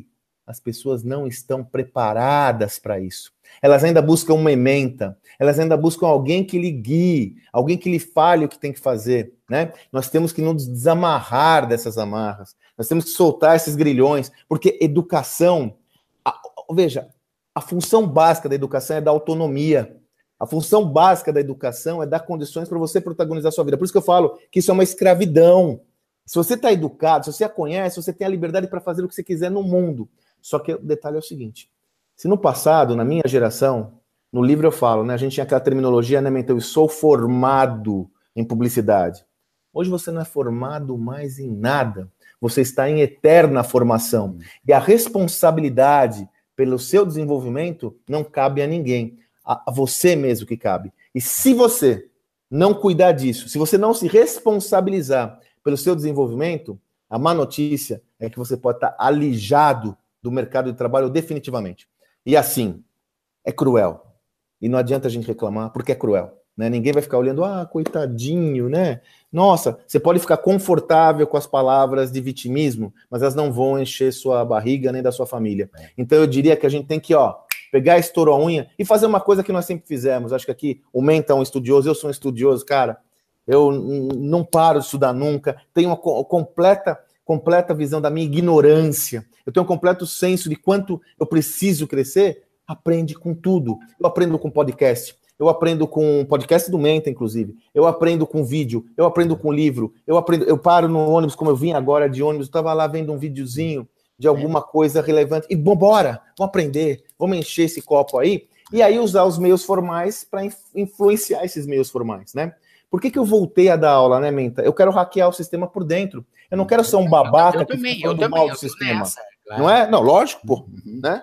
as pessoas não estão preparadas para isso. Elas ainda buscam uma ementa, elas ainda buscam alguém que lhe guie, alguém que lhe fale o que tem que fazer, né? Nós temos que nos desamarrar dessas amarras, nós temos que soltar esses grilhões, porque educação, a, veja, a função básica da educação é dar autonomia. A função básica da educação é dar condições para você protagonizar a sua vida. Por isso que eu falo que isso é uma escravidão. Se você está educado, se você a conhece, você tem a liberdade para fazer o que você quiser no mundo. Só que o detalhe é o seguinte, se no passado, na minha geração, no livro eu falo, né, a gente tinha aquela terminologia, né, então eu sou formado em publicidade. Hoje você não é formado mais em nada. Você está em eterna formação. E a responsabilidade pelo seu desenvolvimento não cabe a ninguém. A você mesmo que cabe. E se você não cuidar disso, se você não se responsabilizar pelo seu desenvolvimento, a má notícia é que você pode estar alijado do mercado de trabalho definitivamente. E assim, é cruel. E não adianta a gente reclamar, porque é cruel. Né? Ninguém vai ficar olhando, ah, coitadinho, né? Nossa, você pode ficar confortável com as palavras de vitimismo, mas elas não vão encher sua barriga nem da sua família. Então eu diria que a gente tem que, ó, pegar estouro a unha e fazer uma coisa que nós sempre fizemos. Acho que aqui o Menta é um estudioso, eu sou um estudioso, cara. Eu não paro de estudar nunca. Tenho uma completa, completa visão da minha ignorância. Eu tenho um completo senso de quanto eu preciso crescer. Aprende com tudo. Eu aprendo com podcast. Eu aprendo com podcast do Menta, inclusive. Eu aprendo com vídeo. Eu aprendo com livro. Eu aprendo. Eu paro no ônibus, como eu vim agora de ônibus. Eu estava lá vendo um videozinho de alguma coisa relevante. E bora, vamos aprender, vamos encher esse copo aí, e aí usar os meios formais para influenciar esses meios formais, né? Por que que eu voltei a dar aula, né, Menta? Eu quero hackear o sistema por dentro. Eu não quero ser um babaca eu, eu que também, fica eu falando também, mal eu do sistema. nessa, claro. Não é? Não, lógico, pô, uhum. né?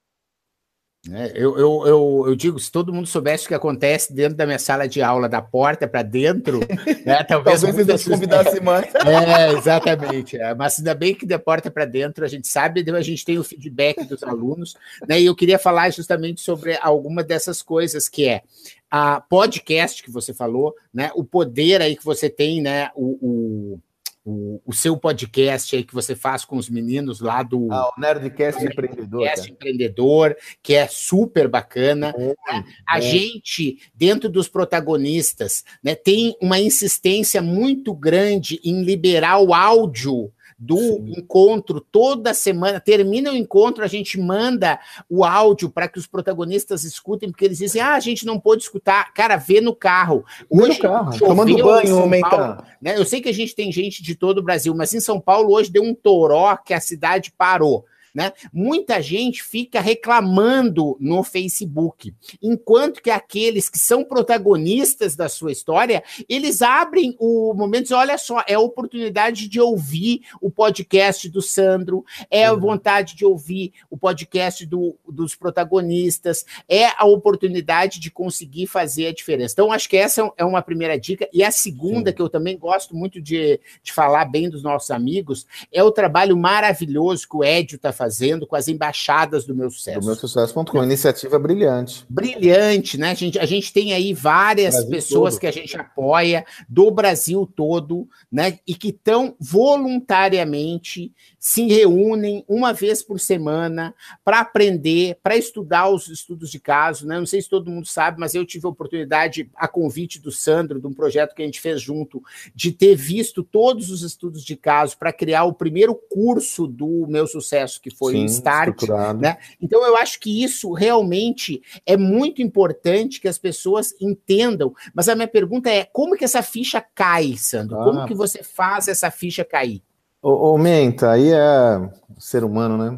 É, eu, eu, eu, eu digo, se todo mundo soubesse o que acontece dentro da minha sala de aula, da porta para dentro, né, talvez, talvez eles nos convidassem mais. É, exatamente. É. Mas ainda bem que da porta para dentro a gente sabe, a gente tem o feedback dos alunos, né? E eu queria falar justamente sobre alguma dessas coisas, que é a podcast que você falou, né? O poder aí que você tem, né? O, o O, o seu podcast aí que você faz com os meninos lá do... Ah, o Nerdcast Empreendedor. Nerdcast Empreendedor, que é super bacana. Hum, né? A hum. gente, dentro dos protagonistas, né, tem uma insistência muito grande em liberar o áudio do Sim. encontro toda semana. Termina o encontro, a gente manda o áudio para que os protagonistas escutem, porque eles dizem, ah, a gente não pôde escutar. Cara, vê no carro. Hoje, no carro, tomando banho, aumentar. Né? Eu sei que a gente tem gente de todo o Brasil, mas em São Paulo hoje deu um toró que a cidade parou. Né? Muita gente fica reclamando no Facebook, enquanto que aqueles que são protagonistas da sua história, eles abrem o momento e dizem, olha só, é a oportunidade de ouvir o podcast do Sandro, é a vontade de ouvir o podcast do, dos protagonistas, é a oportunidade de conseguir fazer a diferença. Então, acho que essa é uma primeira dica. E a segunda, Sim. que eu também gosto muito de, de falar bem dos nossos amigos, é o trabalho maravilhoso que o Edio está fazendo fazendo com as embaixadas do Meu Sucesso. Do meu sucesso ponto com, iniciativa brilhante. Brilhante, né? A gente, a gente tem aí várias Brasil pessoas todo. Que a gente apoia do Brasil todo, né? E que estão voluntariamente se reúnem uma vez por semana para aprender, para estudar os estudos de caso, né? Não sei se todo mundo sabe, mas eu tive a oportunidade, a convite do Sandro, de um projeto que a gente fez junto, de ter visto todos os estudos de caso para criar o primeiro curso do Meu Sucesso, que foi Sim, o Start, né? Então eu acho que isso realmente é muito importante que as pessoas entendam, mas a minha pergunta é, como que essa ficha cai, Sandro? Ah. Como que você faz essa ficha cair? Ô, ô Menta, aí é ser humano, né?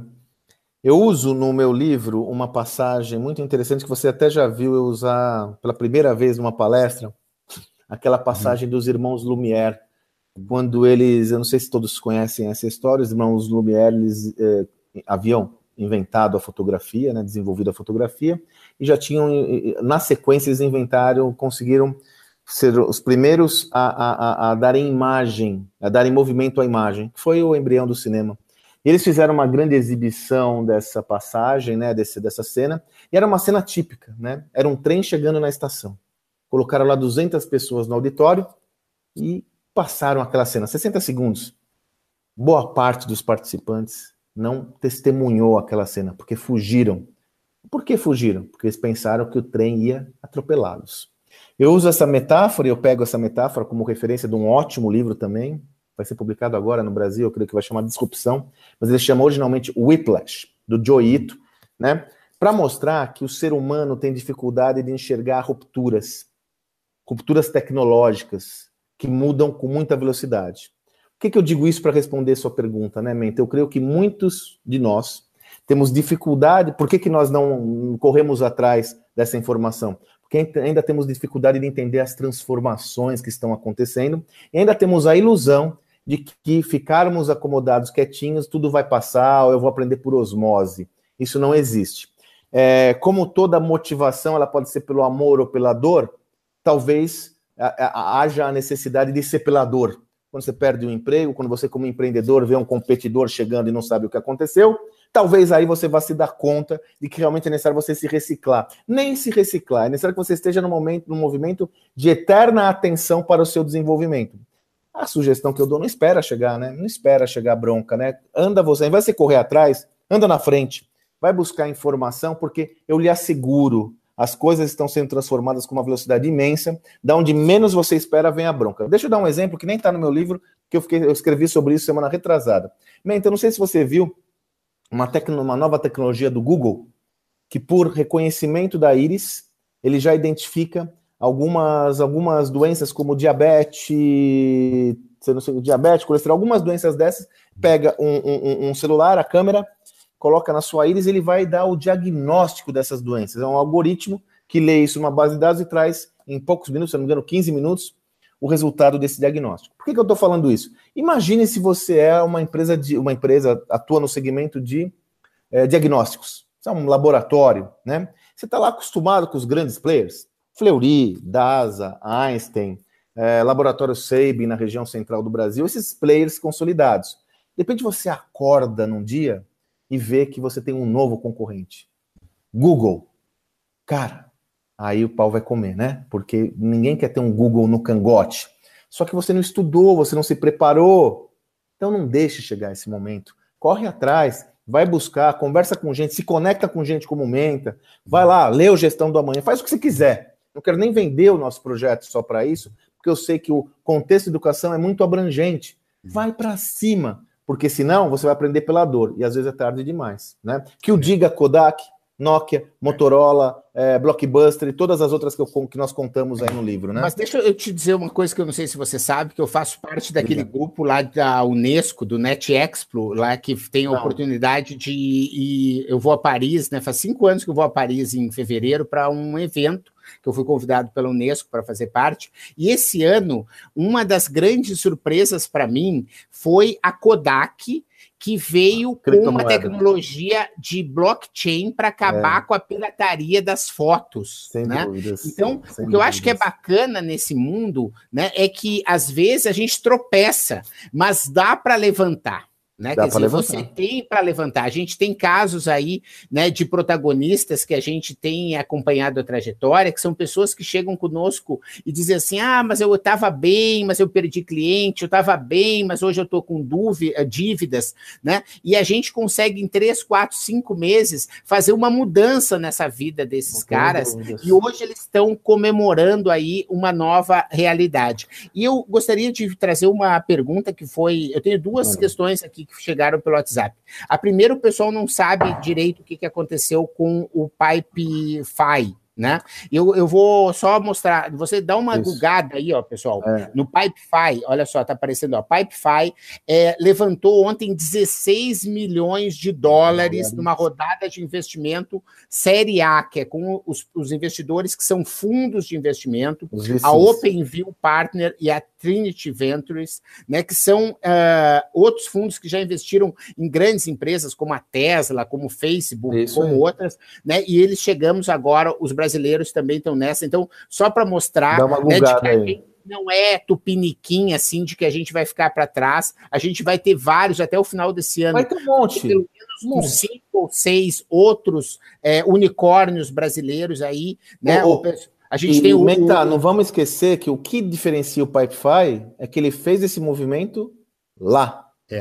Eu uso no meu livro uma passagem muito interessante que você até já viu eu usar pela primeira vez numa palestra, aquela passagem uhum. dos irmãos Lumière, quando eles, eu não sei se todos conhecem essa história, os irmãos Lumière, eles eh, haviam inventado a fotografia, né, desenvolvido a fotografia, e já tinham, na sequência, eles inventaram, conseguiram ser os primeiros a, a, a darem imagem, a darem movimento à imagem, que foi o embrião do cinema. E eles fizeram uma grande exibição dessa passagem, né, desse, dessa cena, e era uma cena típica, né, era um trem chegando na estação. Colocaram lá duzentas pessoas no auditório e passaram aquela cena, sessenta segundos. Boa parte dos participantes não testemunhou aquela cena, porque fugiram. Por que fugiram? Porque eles pensaram que o trem ia atropelá-los. Eu uso essa metáfora, e eu pego essa metáfora como referência de um ótimo livro também, vai ser publicado agora no Brasil, eu creio que vai chamar Disrupção, mas ele chama originalmente Whiplash, do Joe Ito, né? Para mostrar que o ser humano tem dificuldade de enxergar rupturas, rupturas tecnológicas, que mudam com muita velocidade. Por que, que eu digo isso para responder sua pergunta, né, Menta? Eu creio que muitos de nós temos dificuldade. Por que, que nós não corremos atrás dessa informação? Porque ainda temos dificuldade de entender as transformações que estão acontecendo e ainda temos a ilusão de que ficarmos acomodados quietinhos, tudo vai passar, ou eu vou aprender por osmose. Isso não existe. É, como toda motivação, ela pode ser pelo amor ou pela dor, talvez haja a necessidade de ser pela dor. Quando você perde um emprego, quando você como empreendedor vê um competidor chegando e não sabe o que aconteceu, talvez aí você vá se dar conta de que realmente é necessário você se reciclar. Nem se reciclar, é necessário que você esteja no momento, no movimento de eterna atenção para o seu desenvolvimento. A sugestão que eu dou, não espera chegar, né? Não espera chegar a bronca, né? Anda você, ao invés de você correr atrás, anda na frente, vai buscar informação, porque eu lhe asseguro, as coisas estão sendo transformadas com uma velocidade imensa, da onde menos você espera vem a bronca. Deixa eu dar um exemplo que nem está no meu livro, que eu, fiquei, eu escrevi sobre isso semana retrasada. Menta, eu não sei se você viu uma, tecno, uma nova tecnologia do Google, que por reconhecimento da íris, ele já identifica algumas, algumas doenças como diabetes, não sei, diabetes, colesterol, algumas doenças dessas, pega um, um, um celular, a câmera, coloca na sua íris, ele vai dar o diagnóstico dessas doenças. É um algoritmo que lê isso numa base de dados e traz, em poucos minutos, se não me engano, quinze minutos, o resultado desse diagnóstico. Por que, que eu estou falando isso? Imagine se você é uma empresa, de, uma empresa atua no segmento de é, diagnósticos. Você é um laboratório, né? Você está lá acostumado com os grandes players, Fleury, DASA, Einstein, é, Laboratório Sabin na região central do Brasil, esses players consolidados. De repente você acorda num dia e vê que você tem um novo concorrente. Google. Cara, aí o pau vai comer, né? Porque ninguém quer ter um Google no cangote. Só que você não estudou, você não se preparou. Então não deixe chegar esse momento. Corre atrás, vai buscar, conversa com gente, se conecta com gente como Menta, vai lá, lê o Gestão do Amanhã, faz o que você quiser. Não quero nem vender o nosso projeto só para isso, porque eu sei que o contexto de educação é muito abrangente. Vai para cima. Porque senão você vai aprender pela dor, e às vezes é tarde demais, né? Que o diga Kodak, Nokia, Motorola, é, Blockbuster e todas as outras que, eu, que nós contamos aí no livro, né? Mas deixa eu te dizer uma coisa que eu não sei se você sabe, que eu faço parte daquele Obrigado. grupo lá da Unesco, do NetExpo, lá que tem a não. oportunidade de ir, eu vou a Paris, né? Faz cinco anos que eu vou a Paris em fevereiro para um evento que eu fui convidado pela Unesco para fazer parte, e esse ano, uma das grandes surpresas para mim foi a Kodak, que veio com uma tecnologia de blockchain para acabar é. com a pirataria das fotos. Sem né? dúvidas. Então, Sem o que eu acho que é bacana nesse mundo, né, é que, às vezes, a gente tropeça, mas dá para levantar. Né? Quer dizer, você tem para levantar. A gente tem casos aí, né, de protagonistas que a gente tem acompanhado a trajetória, que são pessoas que chegam conosco e dizem assim, ah, mas eu estava bem, mas eu perdi cliente, eu estava bem, mas hoje eu estou com dúvida, dívidas, né? E a gente consegue em três, quatro, cinco meses fazer uma mudança nessa vida desses Não caras, e hoje eles estão comemorando aí uma nova realidade. E eu gostaria de trazer uma pergunta que foi, eu tenho duas Não. questões aqui que chegaram pelo WhatsApp. A primeira, o pessoal não sabe direito o que, que aconteceu com o Pipefy, né? Eu, eu vou só mostrar, você dá uma Isso. googada aí, ó, pessoal, é. no Pipefy, olha só, tá aparecendo, ó, Pipefy é, levantou ontem dezesseis milhões de dólares é. numa rodada de investimento série A, que é com os, os investidores que são fundos de investimento, a OpenView Partner e a Trinity Ventures, né, que são uh, outros fundos que já investiram em grandes empresas como a Tesla, como o Facebook, Isso como aí. outras, né, e eles chegamos agora, os brasileiros também estão nessa, então, só para mostrar, Dá uma né, de que a aí. gente não é tupiniquim, assim, de que a gente vai ficar para trás, a gente vai ter vários até o final desse ano. Vai ter um monte. Pelo menos uns cinco ou seis outros é, unicórnios brasileiros aí, né, oh, oh. A gente e, tem o, Menta, o... não vamos esquecer que o que diferencia o Pipefy é que ele fez esse movimento lá. É.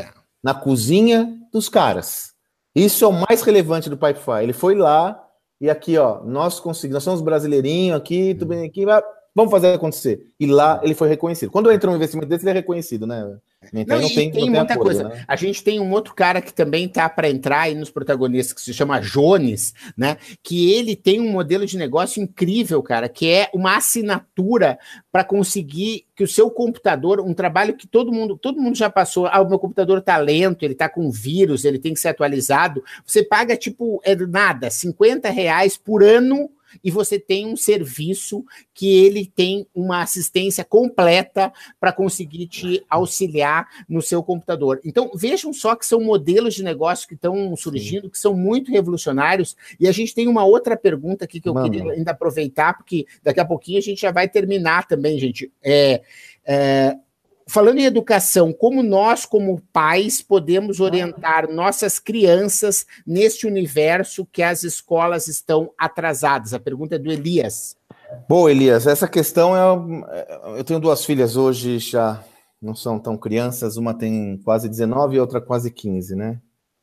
na cozinha dos caras. Isso é o mais relevante do Pipefy. Ele foi lá e aqui, ó, nós conseguimos, nós somos brasileirinhos aqui, tudo bem aqui, vamos fazer acontecer. E lá ele foi reconhecido. Quando entra um investimento desse, ele é reconhecido, né? Então, não, não, tem, tem não muita tem acordo, coisa. Né? A gente tem um outro cara que também tá para entrar aí nos protagonistas, que se chama Jones, né? Que ele tem um modelo de negócio incrível, cara, que é uma assinatura para conseguir que o seu computador, um trabalho que todo mundo, todo mundo já passou, ah, o meu computador tá lento, ele tá com vírus, ele tem que ser atualizado. Você paga, tipo, é nada, cinquenta reais por ano, e você tem um serviço que ele tem uma assistência completa para conseguir te auxiliar no seu computador. Então, vejam só que são modelos de negócio que estão surgindo, Sim. que são muito revolucionários, e a gente tem uma outra pergunta aqui que eu Mano. queria ainda aproveitar, porque daqui a pouquinho a gente já vai terminar também, gente. É... é... Falando em educação, como nós, como pais, podemos orientar nossas crianças neste universo que as escolas estão atrasadas? A pergunta é do Elias. Bom, Elias, essa questão é... Eu tenho duas filhas hoje, já não são tão crianças, uma tem quase dezenove e outra quase quinze, né?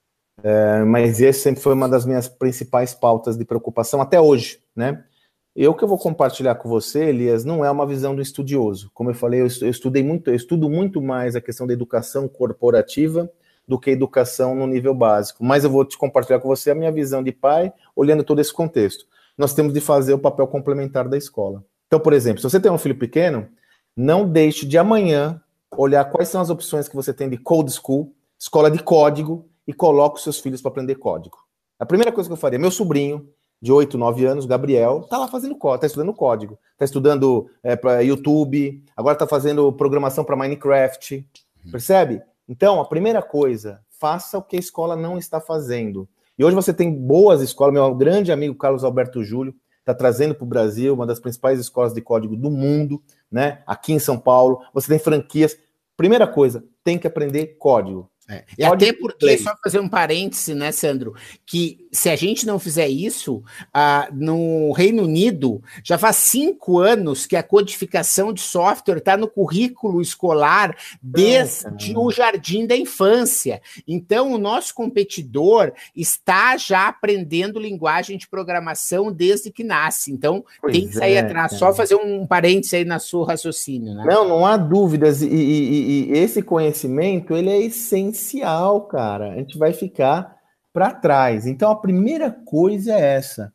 É, mas esse sempre foi uma das minhas principais pautas de preocupação até hoje, né? Eu que eu vou compartilhar com você, Elias, não é uma visão do estudioso. Como eu falei, eu estudei muito, eu estudo muito mais a questão da educação corporativa do que a educação no nível básico. Mas eu vou te compartilhar com você a minha visão de pai, olhando todo esse contexto. Nós temos de fazer o papel complementar da escola. Então, por exemplo, se você tem um filho pequeno, não deixe de amanhã olhar quais são as opções que você tem de code school, escola de código, e coloque os seus filhos para aprender código. A primeira coisa que eu faria, meu sobrinho, de oito, nove anos, Gabriel, tá lá fazendo código, tá estudando código, tá estudando é, para YouTube, agora tá fazendo programação para Minecraft, percebe? Então, a primeira coisa, faça o que a escola não está fazendo. E hoje você tem boas escolas, meu grande amigo Carlos Alberto Júlio está trazendo para o Brasil uma das principais escolas de código do mundo, né? Aqui em São Paulo, você tem franquias. Primeira coisa, tem que aprender código. É. E até porque, só fazer um parêntese, né, Sandro, que se a gente não fizer isso, ah, no Reino Unido, já faz cinco anos que a codificação de software está no currículo escolar desde é, o jardim da infância. Então, o nosso competidor está já aprendendo linguagem de programação desde que nasce. Então, pois tem que sair é, atrás. Cara. Só fazer um parêntese aí na sua raciocínio, né? Não, não há dúvidas. E, e, e, e esse conhecimento, ele é essencial. Essencial, cara, a gente vai ficar para trás. Então, a primeira coisa é essa.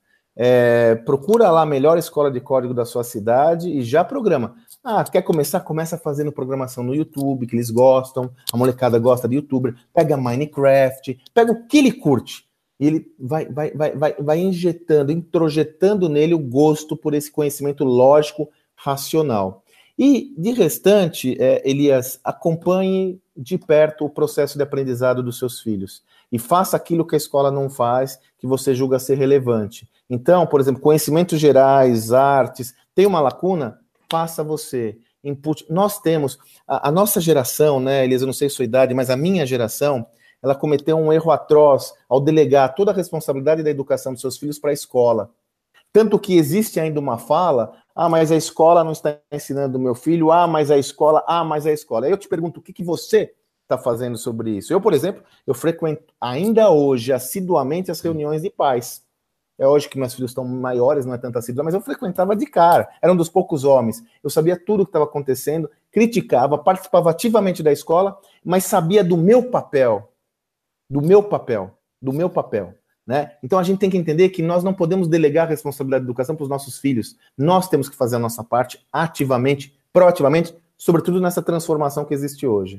É, procura lá a melhor escola de código da sua cidade e já programa. Ah, quer começar? Começa fazendo programação no YouTube, que eles gostam, a molecada gosta de YouTuber. Pega Minecraft, pega o que ele curte. E ele vai, vai, vai, vai, vai injetando, introjetando nele o gosto por esse conhecimento lógico, racional. E, de restante, é, Elias, acompanhe de perto o processo de aprendizado dos seus filhos e faça aquilo que a escola não faz, que você julga ser relevante. Então, por exemplo, conhecimentos gerais, artes, tem uma lacuna? Faça você. Input. Nós temos, a, a nossa geração, né, Elias, eu não sei a sua idade, mas a minha geração, ela cometeu um erro atroz ao delegar toda a responsabilidade da educação dos seus filhos para a escola. Tanto que existe ainda uma fala, ah, mas a escola não está ensinando o meu filho, ah, mas a escola, ah, mas a escola. Aí eu te pergunto, o que, que você está fazendo sobre isso? Eu, por exemplo, eu frequento ainda hoje, assiduamente, as reuniões de pais. É hoje que meus filhos estão maiores, não é tanto assíduo, mas eu frequentava de cara, era um dos poucos homens. Eu sabia tudo o que estava acontecendo, criticava, participava ativamente da escola, mas sabia do meu papel, do meu papel, do meu papel. Né? Então a gente tem que entender que nós não podemos delegar a responsabilidade da educação para os nossos filhos. Nós temos que fazer a nossa parte ativamente, proativamente, sobretudo nessa transformação que existe hoje.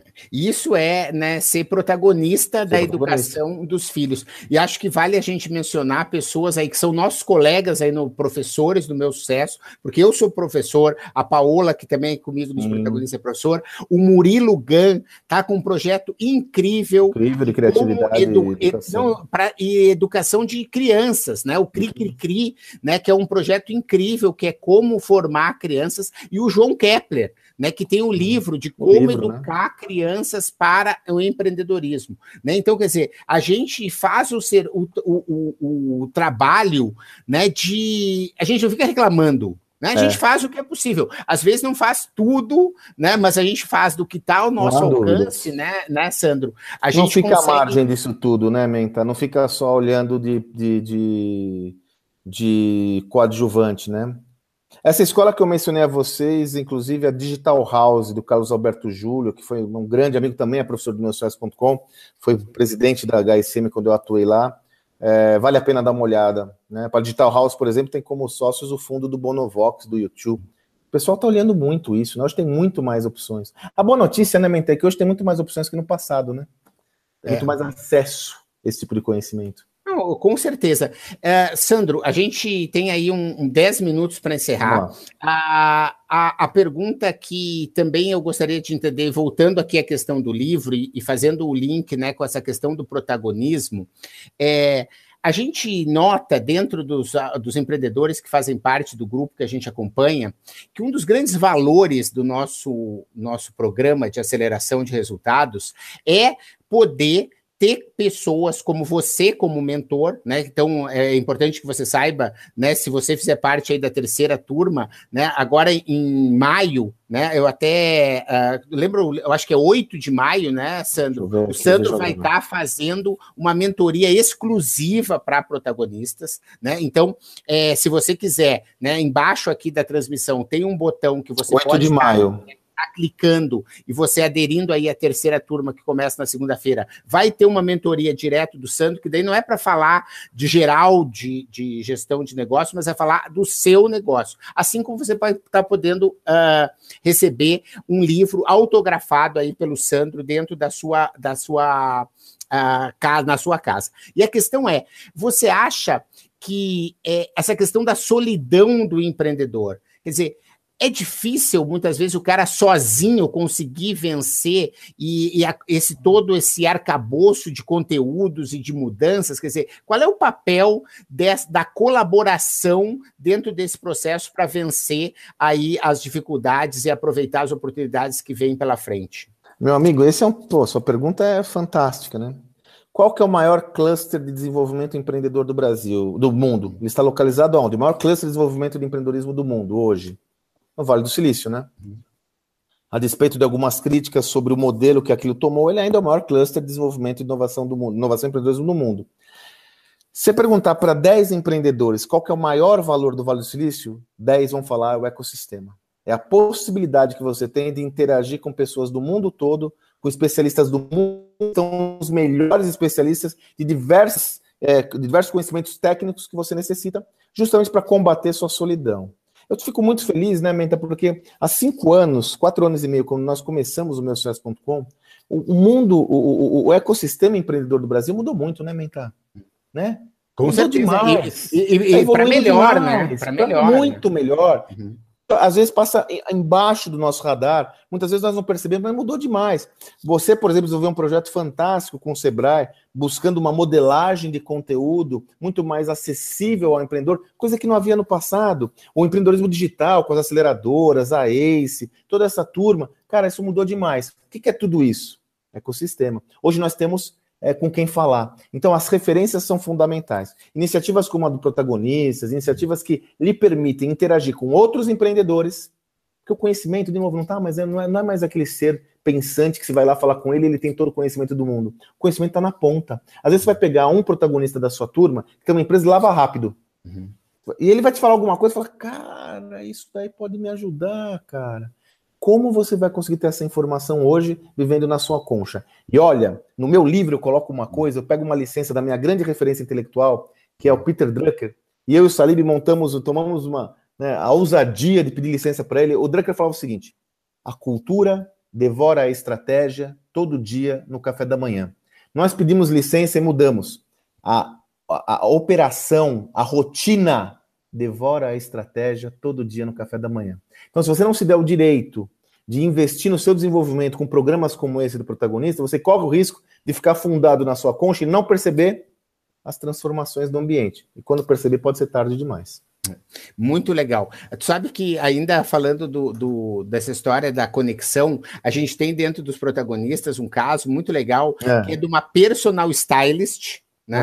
Isso é, né, ser protagonista ser da protagonista. Educação dos filhos. E acho que vale a gente mencionar pessoas aí que são nossos colegas aí, no professores do Meu Sucesso, porque eu sou professor, a Paola, que também é comigo dos hum. protagonistas, é professor, o Murilo Gan tá com um projeto incrível. Incrível de criatividade edu e educação. Pra, e educação de crianças, né? O Cri Cri Cri, né? Que é um projeto incrível, que é como formar crianças, e o João Kepler, né, que tem um livro de como livro, educar né? crianças para o empreendedorismo. Né? Então, quer dizer, a gente faz o, ser, o, o, o, o trabalho, né, de... A gente não fica reclamando, Né? A gente é. faz o que é possível. Às vezes não faz tudo, né? Mas a gente faz do que está ao nosso alcance, né, né, Sandro? A não gente fica consegue... à margem disso tudo, né, Menta? Não fica só olhando de, de, de, de coadjuvante, né? Essa escola que eu mencionei a vocês, inclusive a Digital House, do Carlos Alberto Júlio, que foi um grande amigo também, é professor do meu sucesso ponto com, foi presidente da H S M quando eu atuei lá. É, vale a pena dar uma olhada, né? Para a Digital House, por exemplo, tem como sócios o fundo do Bonovox, do YouTube. O pessoal está olhando muito isso, né? Hoje tem muito mais opções. A boa notícia, né, Mente, é que hoje tem muito mais opções que no passado, né? Tem é. muito mais acesso a esse tipo de conhecimento. Não, com certeza. Uh, Sandro, a gente tem aí um, um dez minutos para encerrar. A, a, a pergunta que também eu gostaria de entender, voltando aqui à questão do livro e, e fazendo o link, né, com essa questão do protagonismo, é, a gente nota dentro dos, dos empreendedores que fazem parte do grupo que a gente acompanha, que um dos grandes valores do nosso, nosso programa de aceleração de resultados é poder ter pessoas como você, como mentor, né? Então, é importante que você saiba, né? Se você fizer parte aí da terceira turma, né? Agora, em maio, né? Eu até uh, lembro, eu acho que é oito de maio, né, Sandro? Ver, o Sandro vai estar tá fazendo uma mentoria exclusiva para protagonistas, né? Então, é, se você quiser, né? Embaixo aqui da transmissão tem um botão que você oito pode... de maio. Tá clicando e você aderindo aí à terceira turma que começa na segunda-feira, vai ter uma mentoria direto do Sandro, que daí não é para falar de geral de, de gestão de negócio, mas é falar do seu negócio. Assim como você vai estar podendo uh, receber um livro autografado aí pelo Sandro dentro da sua, da sua uh, casa, na sua casa. E a questão é, você acha que é, essa questão da solidão do empreendedor, quer dizer, é difícil, muitas vezes, o cara sozinho conseguir vencer e, e a, esse todo esse arcabouço de conteúdos e de mudanças, quer dizer, qual é o papel desse, da colaboração dentro desse processo para vencer aí as dificuldades e aproveitar as oportunidades que vêm pela frente? Meu amigo, esse é um, pô, sua pergunta é fantástica, né? Qual que é o maior cluster de desenvolvimento empreendedor do Brasil, do mundo? Ele está localizado onde? O maior cluster de desenvolvimento de empreendedorismo do mundo hoje? No Vale do Silício, né? A despeito de algumas críticas sobre o modelo que aquilo tomou, ele ainda é o maior cluster de desenvolvimento e inovação do mundo, inovação e empreendedorismo do mundo. Se você perguntar para dez empreendedores qual que é o maior valor do Vale do Silício, dez vão falar o ecossistema. É a possibilidade que você tem de interagir com pessoas do mundo todo, com especialistas do mundo, são os melhores especialistas de diversos, é, diversos conhecimentos técnicos que você necessita, justamente para combater sua solidão. Eu fico muito feliz, né, Menta, porque há cinco anos, quatro anos e meio, quando nós começamos o meu sucesso ponto com, o mundo, o, o, o ecossistema empreendedor do Brasil mudou muito, né, Menta? Né? Com mudou certeza. demais. E, e, e para melhor, demais, né? Para melhor. Muito né? melhor. Uhum. Às vezes passa embaixo do nosso radar, muitas vezes nós não percebemos, mas mudou demais. Você, por exemplo, desenvolveu um projeto fantástico com o Sebrae, buscando uma modelagem de conteúdo muito mais acessível ao empreendedor, coisa que não havia no passado. O empreendedorismo digital, com as aceleradoras, a ACE, toda essa turma, cara, isso mudou demais. O que é tudo isso? Ecossistema. Hoje nós temos É, com quem falar. Então, as referências são fundamentais. Iniciativas como a do Protagonistas, iniciativas que lhe permitem interagir com outros empreendedores, porque o conhecimento, de novo, não tá, mas não é, não é mais aquele ser pensante que você vai lá falar com ele e ele tem todo o conhecimento do mundo. O conhecimento está na ponta. Às vezes você vai pegar um protagonista da sua turma, que tem uma empresa de lava rápido, uhum. e ele vai te falar alguma coisa e fala, cara, isso daí pode me ajudar, cara. Como você vai conseguir ter essa informação hoje, vivendo na sua concha? E olha, no meu livro eu coloco uma coisa, eu pego uma licença da minha grande referência intelectual, que é o Peter Drucker, e eu e o Salib montamos, tomamos uma, né, a ousadia de pedir licença para ele. O Drucker falava o seguinte, a cultura devora a estratégia todo dia no café da manhã. Nós pedimos licença e mudamos. A, a, a operação, a rotina devora a estratégia todo dia no café da manhã. Então, se você não se der o direito de investir no seu desenvolvimento com programas como esse do Protagonista, você corre o risco de ficar afundado na sua concha e não perceber as transformações do ambiente. E quando perceber, pode ser tarde demais. Muito legal. Tu sabe que ainda falando do, do, dessa história da conexão, a gente tem dentro dos protagonistas um caso muito legal, é. que é de uma personal stylist, né? É.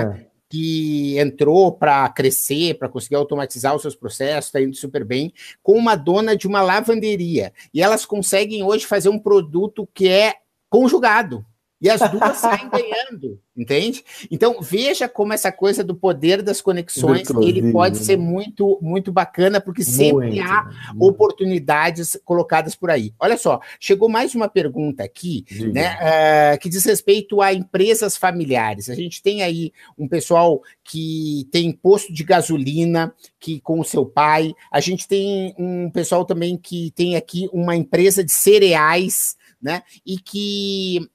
que entrou para crescer, para conseguir automatizar os seus processos, está indo super bem, com uma dona de uma lavanderia. E elas conseguem hoje fazer um produto que é conjugado. E as duas saem ganhando, entende? Então, veja como essa coisa do poder das conexões, ele pode ser muito, muito bacana, porque sempre muito, há muito. oportunidades colocadas por aí. Olha só, chegou mais uma pergunta aqui, né, uh, que diz respeito a empresas familiares. A gente tem aí um pessoal que tem posto de gasolina, que com o seu pai. A gente tem um pessoal também que tem aqui uma empresa de cereais, né, e que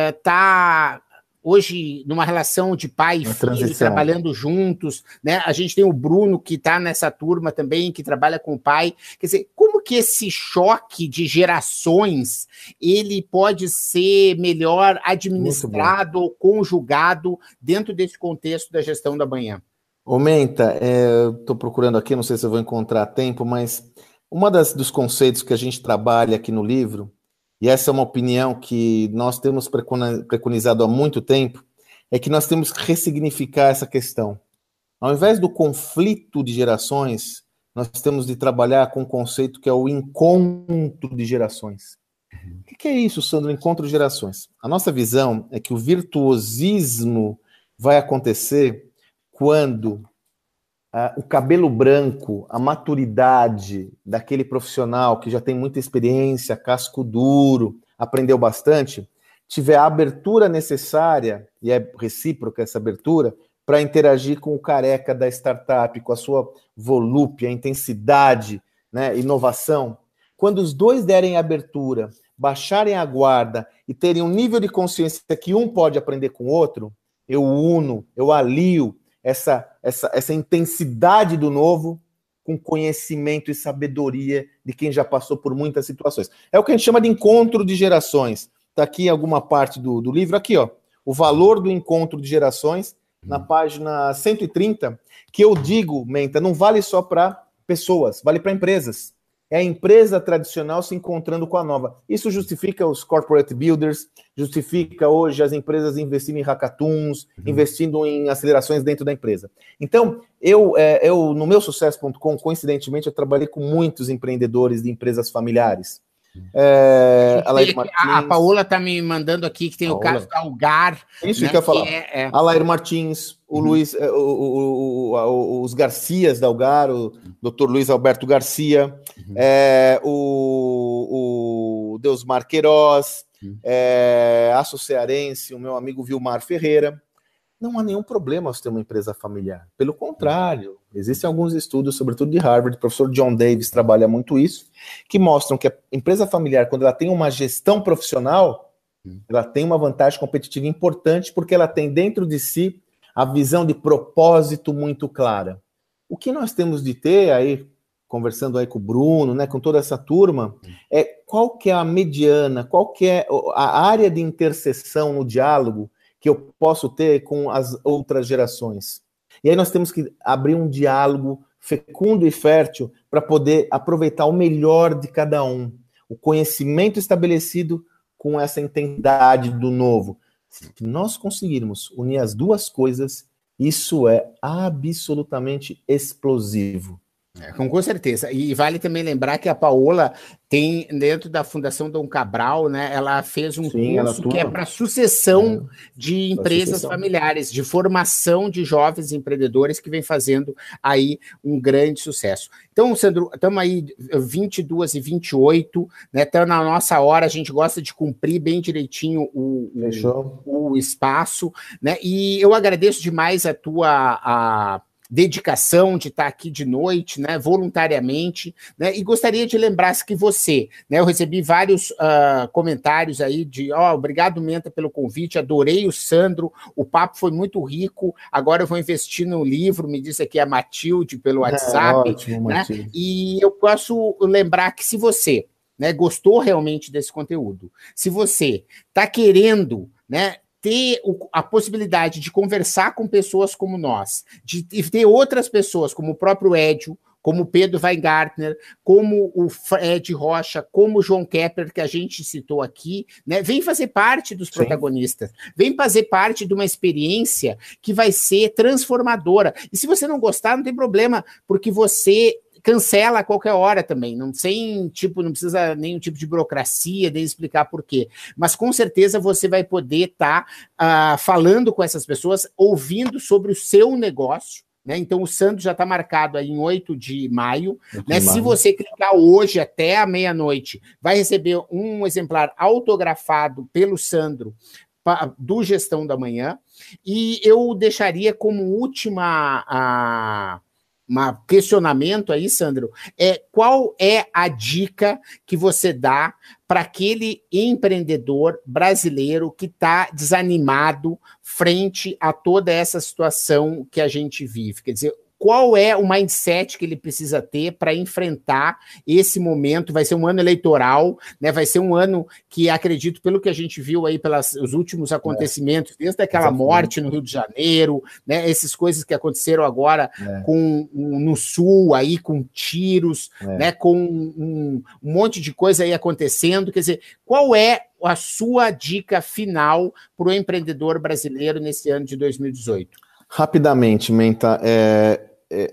está é, hoje numa relação de pai e filho, transição. Trabalhando juntos, né? A gente tem o Bruno, que está nessa turma também, que trabalha com o pai. Quer dizer, como que esse choque de gerações, ele pode ser melhor administrado ou conjugado dentro desse contexto da gestão da manhã? Ô, Menta, é, estou procurando aqui, não sei se eu vou encontrar tempo, mas uma das, dos conceitos que a gente trabalha aqui no livro, e essa é uma opinião que nós temos preconizado há muito tempo, é que nós temos que ressignificar essa questão. Ao invés do conflito de gerações, nós temos de trabalhar com um conceito que é o encontro de gerações. Uhum. O que é isso, Sandro, encontro de gerações? A nossa visão é que o virtuosismo vai acontecer quando Uh, o cabelo branco, a maturidade daquele profissional que já tem muita experiência, casco duro, aprendeu bastante, tiver a abertura necessária, e é recíproca essa abertura, para interagir com o careca da startup, com a sua volúpia, intensidade, né, inovação. Quando os dois derem abertura, baixarem a guarda e terem um nível de consciência que um pode aprender com o outro, eu uno, eu alio, Essa, essa, essa intensidade do novo com conhecimento e sabedoria de quem já passou por muitas situações. É o que a gente chama de encontro de gerações. Está aqui em alguma parte do, do livro, aqui, ó, o valor do encontro de gerações, na página cento e trinta, que eu digo, Menta, não vale só para pessoas, vale para empresas. É a empresa tradicional se encontrando com a nova. Isso justifica os corporate builders, justifica hoje as empresas investindo em hackathons, uhum. investindo em acelerações dentro da empresa. Então, eu, é, eu no meu sucesso ponto com, coincidentemente, eu trabalhei com muitos empreendedores de empresas familiares. É, a, a, a Paola está me mandando aqui que tem Paola. O caso da Algar. Isso né, que eu ia falar. É, é... Alair Martins, o uhum. Luiz, o, o, o, o, os Garcias da Algar, o doutor Luiz Alberto Garcia, uhum. é, o, o Deusmar Queiroz, uhum. é, Aço Cearense, o meu amigo Vilmar Ferreira. Não há nenhum problema você ter uma empresa familiar. Pelo contrário, existem alguns estudos, sobretudo de Harvard, o professor John Davis trabalha muito isso, que mostram que a empresa familiar, quando ela tem uma gestão profissional, ela tem uma vantagem competitiva importante, porque ela tem dentro de si a visão de propósito muito clara. O que nós temos de ter aí, conversando aí com o Bruno, né, com toda essa turma, é qual que é a mediana, qual que é a área de interseção no diálogo que eu posso ter com as outras gerações. E aí nós temos que abrir um diálogo fecundo e fértil para poder aproveitar o melhor de cada um, o conhecimento estabelecido com essa intensidade do novo. Se nós conseguirmos unir as duas coisas, isso é absolutamente explosivo. É, com certeza. E vale também lembrar que a Paola tem, dentro da Fundação Dom Cabral, né, ela fez um Sim, curso que é para sucessão é, de empresas sucessão. familiares, de formação de jovens empreendedores que vem fazendo aí um grande sucesso. Então, Sandro, estamos aí vinte e duas e vinte e oito, né, estamos na nossa hora, a gente gosta de cumprir bem direitinho o, o, o espaço, né, e eu agradeço demais a tua... A, dedicação de estar aqui de noite, né, voluntariamente, né, e gostaria de lembrar que você, né, eu recebi vários uh, comentários aí de, ó, oh, obrigado, Menta, pelo convite, adorei o Sandro, o papo foi muito rico, agora eu vou investir no livro, me disse aqui a Matilde pelo WhatsApp, é, ótimo, né, Matilde. E eu posso lembrar que se você, né, gostou realmente desse conteúdo, se você está querendo, né, ter a possibilidade de conversar com pessoas como nós, de ter outras pessoas, como o próprio Edio, como o Pedro Weingartner, como o Fred Rocha, como o João Kepler, que a gente citou aqui, né? Vem fazer parte dos protagonistas, Sim. vem fazer parte de uma experiência que vai ser transformadora. E se você não gostar, não tem problema, porque você cancela a qualquer hora também, não sem, tipo, não precisa nenhum tipo de burocracia, nem explicar por quê. Mas com certeza você vai poder estar tá, uh, falando com essas pessoas, ouvindo sobre o seu negócio, né? Então o Sandro já está marcado aí em oito de maio. Né? Se você clicar hoje até a meia-noite, vai receber um exemplar autografado pelo Sandro do Gestão da Manhã. E eu deixaria como última a um questionamento aí, Sandro, é qual é a dica que você dá para aquele empreendedor brasileiro que está desanimado frente a toda essa situação que a gente vive? Quer dizer, qual é o mindset que ele precisa ter para enfrentar esse momento? Vai ser um ano eleitoral, né? Vai ser um ano que, acredito, pelo que a gente viu aí pelos últimos acontecimentos, desde aquela Exatamente. morte no Rio de Janeiro, né? Essas coisas que aconteceram agora é. com, um, no Sul, aí, com tiros, é. né? com um, um monte de coisa aí acontecendo. Quer dizer, qual é a sua dica final para o empreendedor brasileiro nesse ano de dois mil e dezoito? Rapidamente, Menta, é...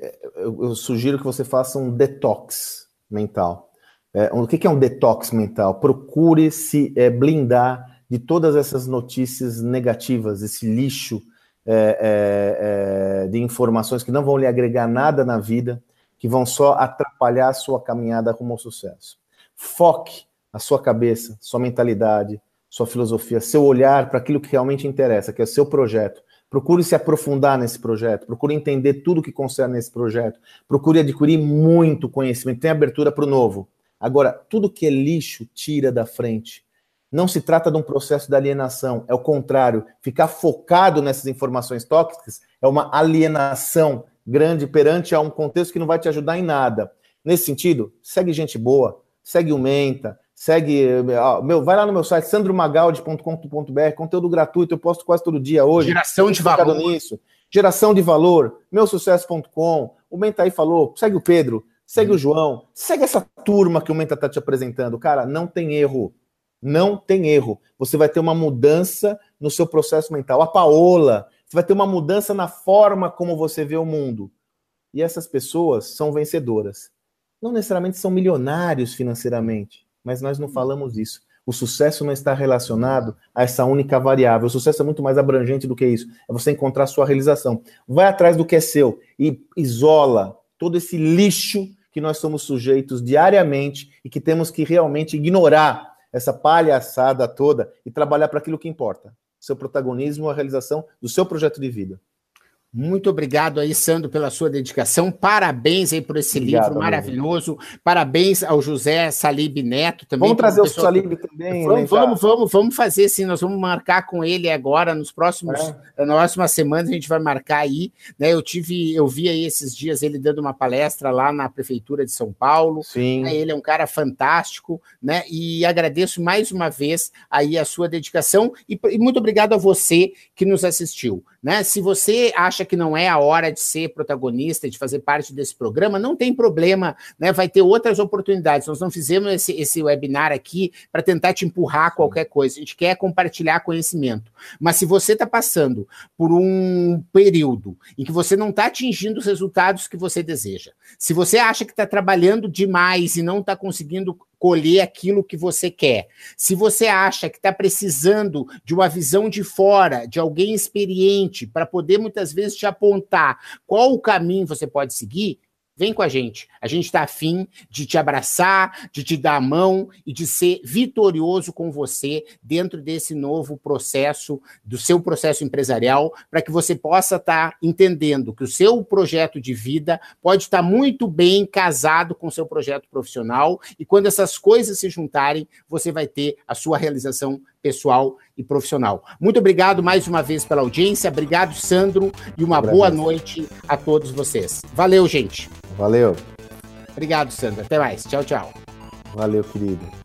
eu sugiro que você faça um detox mental. É, o que é um detox mental? Procure se é, blindar de todas essas notícias negativas, esse lixo é, é, é, de informações que não vão lhe agregar nada na vida, que vão só atrapalhar a sua caminhada rumo ao sucesso. Foque a sua cabeça, sua mentalidade, sua filosofia, seu olhar para aquilo que realmente interessa, que é o seu projeto. Procure se aprofundar nesse projeto, procure entender tudo que concerne esse projeto, procure adquirir muito conhecimento, tem abertura para o novo. Agora, tudo que é lixo, tira da frente. Não se trata de um processo de alienação, é o contrário. Ficar focado nessas informações tóxicas é uma alienação grande perante a um contexto que não vai te ajudar em nada. Nesse sentido, segue gente boa, segue o Menta, segue, meu, vai lá no meu site, sandro magaldi ponto com ponto b r, conteúdo gratuito, eu posto quase todo dia hoje. Geração de valor. Nisso. Geração de valor, meu sucesso ponto com, o Menta aí falou, segue o Pedro, segue hum. o João, segue essa turma que o Menta está te apresentando. Cara, não tem erro, não tem erro. Você vai ter uma mudança no seu processo mental. A Paola, você vai ter uma mudança na forma como você vê o mundo. E essas pessoas são vencedoras. Não necessariamente são milionários financeiramente, mas nós não falamos isso. O sucesso não está relacionado a essa única variável. O sucesso é muito mais abrangente do que isso. É você encontrar a sua realização. Vai atrás do que é seu e isola todo esse lixo que nós somos sujeitos diariamente e que temos que realmente ignorar essa palhaçada toda e trabalhar para aquilo que importa. Seu protagonismo, a realização do seu projeto de vida. Muito obrigado aí, Sandro, pela sua dedicação. Parabéns aí por esse obrigado, livro maravilhoso. Amigo. Parabéns ao José Salib Neto também. Vamos trazer o Salib também. Vamos, vamos, vamos, vamos fazer sim. Nós vamos marcar com ele agora, nos próximos, é. nas próximas semanas, a gente vai marcar aí. Né? Eu tive, eu vi aí esses dias ele dando uma palestra lá na Prefeitura de São Paulo. Sim. Né? Ele é um cara fantástico, né? E agradeço mais uma vez aí a sua dedicação e, e muito obrigado a você que nos assistiu. Né? Se você acha que não é a hora de ser protagonista, de fazer parte desse programa, não tem problema, né? Vai ter outras oportunidades. Nós não fizemos esse, esse webinar aqui para tentar te empurrar a qualquer coisa, a gente quer compartilhar conhecimento. Mas se você está passando por um período em que você não está atingindo os resultados que você deseja, se você acha que está trabalhando demais e não está conseguindo colher aquilo que você quer. Se você acha que está precisando de uma visão de fora, de alguém experiente, para poder muitas vezes te apontar qual o caminho você pode seguir, vem com a gente. A gente está afim de te abraçar, de te dar a mão e de ser vitorioso com você dentro desse novo processo, do seu processo empresarial, para que você possa estar tá entendendo que o seu projeto de vida pode estar tá muito bem casado com o seu projeto profissional e quando essas coisas se juntarem, você vai ter a sua realização pessoal e profissional. Muito obrigado mais uma vez pela audiência, obrigado, Sandro, e uma Abraço. Boa noite a todos vocês. Valeu, gente. Valeu. Obrigado, Sandro. Até mais. Tchau, tchau. Valeu, querido.